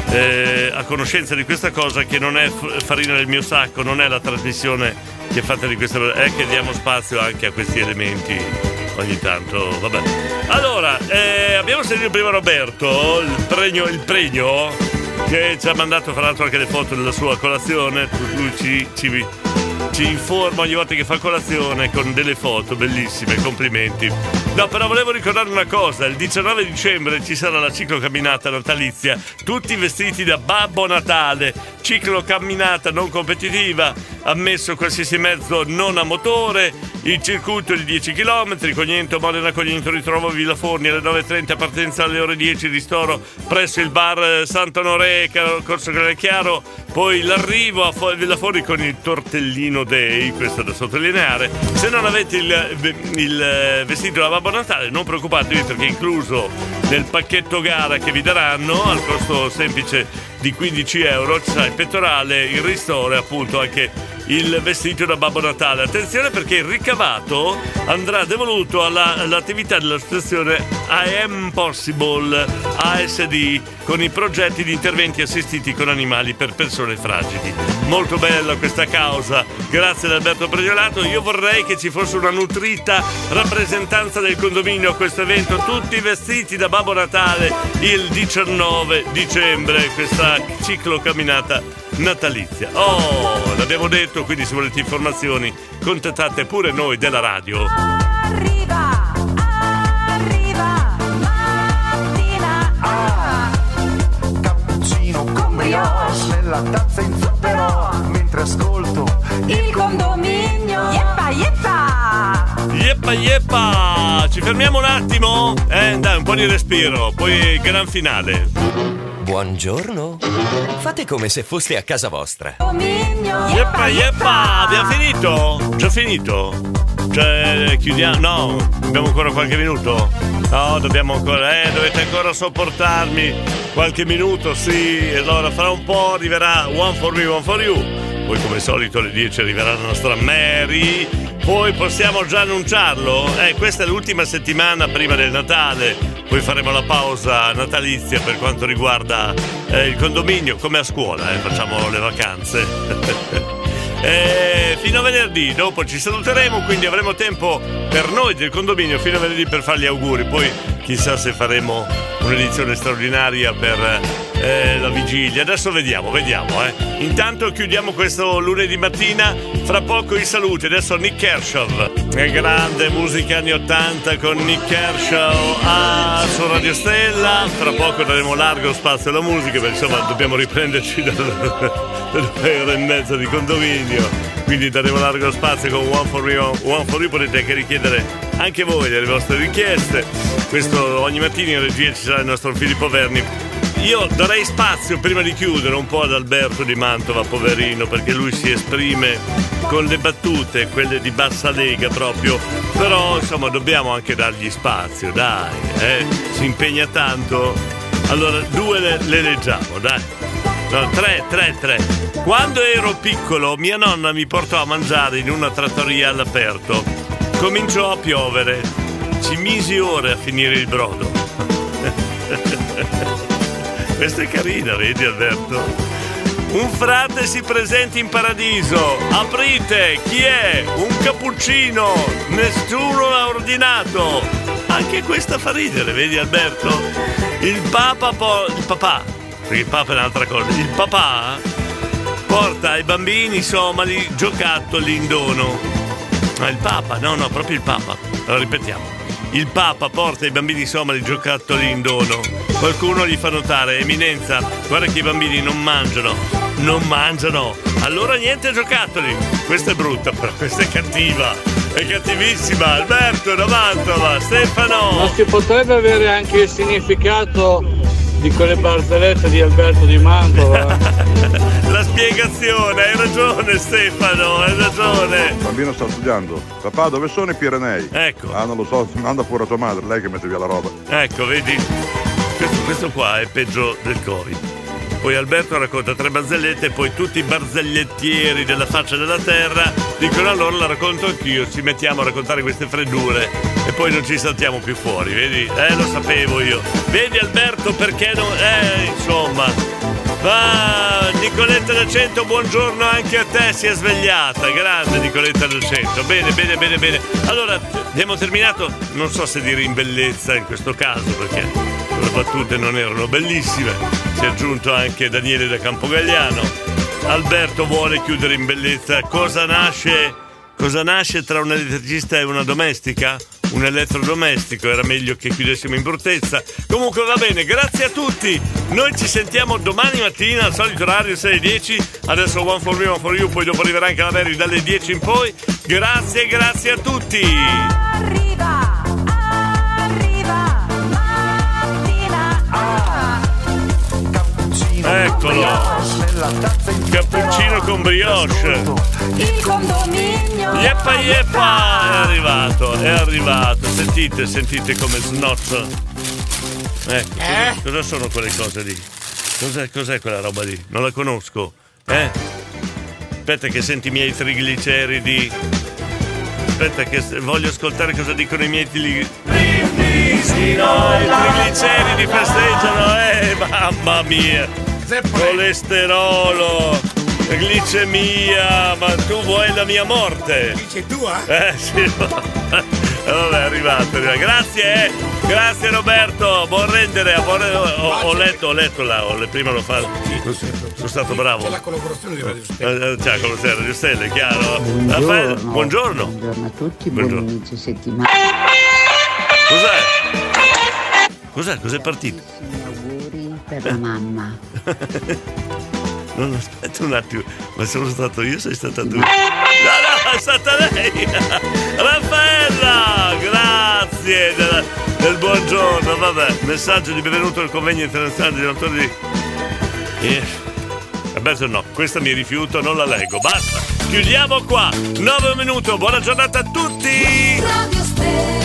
eh, a conoscenza di questa cosa, che non è f- farina del mio sacco, non è la trasmissione che è fatta di questa, è che diamo spazio anche a questi elementi ogni tanto, vabbè. Allora, eh, abbiamo sentito prima Roberto, il pregno, il pregno, che ci ha mandato fra l'altro anche le foto della sua colazione. Lui ci, ci Ci informa ogni volta che fa colazione con delle foto bellissime, complimenti. No, però volevo ricordare una cosa: il diciannove dicembre ci sarà la ciclocamminata natalizia, tutti vestiti da Babbo Natale, ciclocamminata non competitiva, ammesso qualsiasi mezzo non a motore, il circuito di dieci chilometri, Cognento, Modena, Cognento, ritrovo Villa Forni alle nove e trenta, partenza alle ore dieci, ristoro presso il bar Sant'Onore, Corso Chiaro, poi l'arrivo a Villa Forni con il tortellino Day, questo da sottolineare. Se non avete il, il vestito da Babbo Natale, non preoccupatevi, perché è incluso nel pacchetto gara che vi daranno al costo semplice di quindici euro. Ci sarà il pettorale, il ristoro e appunto anche il vestito da Babbo Natale. Attenzione, perché il ricavato andrà devoluto alla, all'attività dell'associazione I Am Possible A S D, con i progetti di interventi assistiti con animali per persone fragili. Molto bella questa causa, grazie ad Alberto Pregiolato. Io vorrei che ci fosse una nutrita rappresentanza del condominio a questo evento, tutti vestiti da Babbo Natale il diciannove dicembre, questa ciclocamminata natalizia. Oh, l'abbiamo detto, quindi se volete informazioni contattate pure noi della radio. Arriva, arriva, mattina, ah, Cappuccino con brioche nella tazza in zucchero, mentre ascolto il condominio. Yeppa, yeppa. Yeppa yeppa. Ci fermiamo un attimo? Eh, dai, un po' di respiro, poi gran finale. Buongiorno. Fate come se foste a casa vostra. Yeppa yeppa. Abbiamo finito? Già finito? Cioè, chiudiamo? No, abbiamo ancora qualche minuto? No, dobbiamo ancora, eh, dovete ancora sopportarmi qualche minuto, sì. Allora, fra un po' arriverà One for Me, One for You. Poi, come al solito, alle dieci arriverà la nostra Mary. Poi possiamo già annunciarlo? Eh, questa è l'ultima settimana prima del Natale. poi faremo la pausa natalizia per quanto riguarda eh, il condominio, come a scuola, eh, facciamo le vacanze. E fino a venerdì, dopo ci saluteremo, quindi avremo tempo per noi del condominio fino a venerdì per fare gli auguri. Poi chissà se faremo un'edizione straordinaria per eh, la vigilia. Adesso vediamo, vediamo eh. Intanto chiudiamo questo lunedì mattina. Fra poco i saluti. Adesso Nick Kershaw, è grande musica anni ottanta con Nick Kershaw ah, su Radio Stella. Fra poco daremo largo spazio alla musica, perché insomma dobbiamo riprenderci da due ore e mezza di condominio, quindi daremo largo spazio con One for You. One for You potete anche richiedere anche voi le vostre richieste. Questo ogni mattina in regia ci sarà il nostro Filippo Verni. Io darei spazio prima di chiudere un po' ad Alberto di Mantova, poverino, perché lui si esprime con le battute, quelle di bassa lega proprio, però insomma dobbiamo anche dargli spazio, dai, eh? Si impegna tanto. Allora due le, le leggiamo, dai. No, tre, tre, tre. Quando ero piccolo mia nonna mi portò a mangiare in una trattoria all'aperto. Cominciò a piovere. Ci misi ore a finire il brodo. Questa è carina, vedi Alberto? Un frate si presenta in paradiso. Aprite, chi è? Un cappuccino. Nessuno l'ha ordinato. Anche questa fa ridere, vedi Alberto? Il papa po- il papà, perché il papa è un'altra cosa. Il papà porta ai bambini somali giocattoli in dono. Ah, il papa, no, no, proprio il papa. Allora ripetiamo. Il papa porta ai bambini somali giocattoli in dono. Qualcuno gli fa notare: Eminenza, guarda che i bambini non mangiano. Non mangiano. Allora niente giocattoli. Questa è brutta, però questa è cattiva. È cattivissima. Alberto da Mantova. Stefano. Ma si potrebbe avere anche il significato di quelle barzellette di Alberto di Mantova? La spiegazione, hai ragione Stefano, hai ragione. Il bambino sta studiando. Papà, dove sono i Pirenei? Ecco. Ah, non lo so, manda pure a tua madre, lei che mette via la roba. Ecco, vedi? Questo, questo qua è peggio del Covid. Poi Alberto racconta tre barzellette e poi tutti i barzellettieri della faccia della terra dicono: allora la racconto anch'io, ci mettiamo a raccontare queste freddure e poi non ci saltiamo più fuori, vedi? Eh, lo sapevo io. Vedi Alberto, perché non... Eh, insomma... Ah, Nicoletta da Cento, buongiorno anche a te, si è svegliata. Grande Nicoletta da Cento. Bene, bene, bene, bene. Allora, abbiamo terminato. Non so se dire in bellezza in questo caso, perché le battute non erano bellissime. Si è aggiunto anche Daniele da Campogagliano. Alberto vuole chiudere in bellezza. Cosa nasce? Cosa nasce tra un elettricista e una domestica? Un elettrodomestico, era meglio che chiudessimo in bruttezza. Comunque va bene, grazie a tutti. Noi ci sentiamo domani mattina al solito orario sei e dieci. Adesso One for Me, One for You, poi dopo arriverà anche la Mary dalle dieci in poi. Grazie, grazie a tutti. Arriva, arriva, mattina. Ah. Eccolo. Cappuccino con brioche. Il condominio. Yeppa yeppa, è arrivato, è arrivato. Sentite, sentite come snoccia. Ecco, eh? cosa, cosa sono quelle cose lì? Cos'è, cos'è quella roba lì? Non la conosco. Eh? Aspetta che senti i miei trigliceridi. Aspetta che voglio ascoltare cosa dicono i miei trigliceridi. Sì, no, i trigliceridi festeggiano, eh, mamma mia. Colesterolo, glicemia, ma tu vuoi la mia morte? Dice tua? Eh sì, vabbè, è arrivato. Grazie, eh. Grazie Roberto, buon rendere. Buon rendere. Ho, ho letto, ho letto là, ho, prima lo fa. Sono stato bravo. C'è la collaborazione di Radio Stella. Eh, c'è la collaborazione di Radio Stella, è chiaro? Buongiorno. Raffaele, buongiorno. Buongiorno a tutti, Buongiorno. buon inizio settimana. Cos'è? Cos'è? Cos'è partito? Auguri per la mamma. Non aspetta un attimo, ma sono stato io o sei stata tu? No, no, è stata lei! Raffaella! Grazie del, del buongiorno, vabbè. Messaggio di benvenuto al convegno internazionale degli autori di... Eh, Alberto no, questa mi rifiuto, non la leggo, basta! Chiudiamo qua! nove minuti, buona giornata a tutti!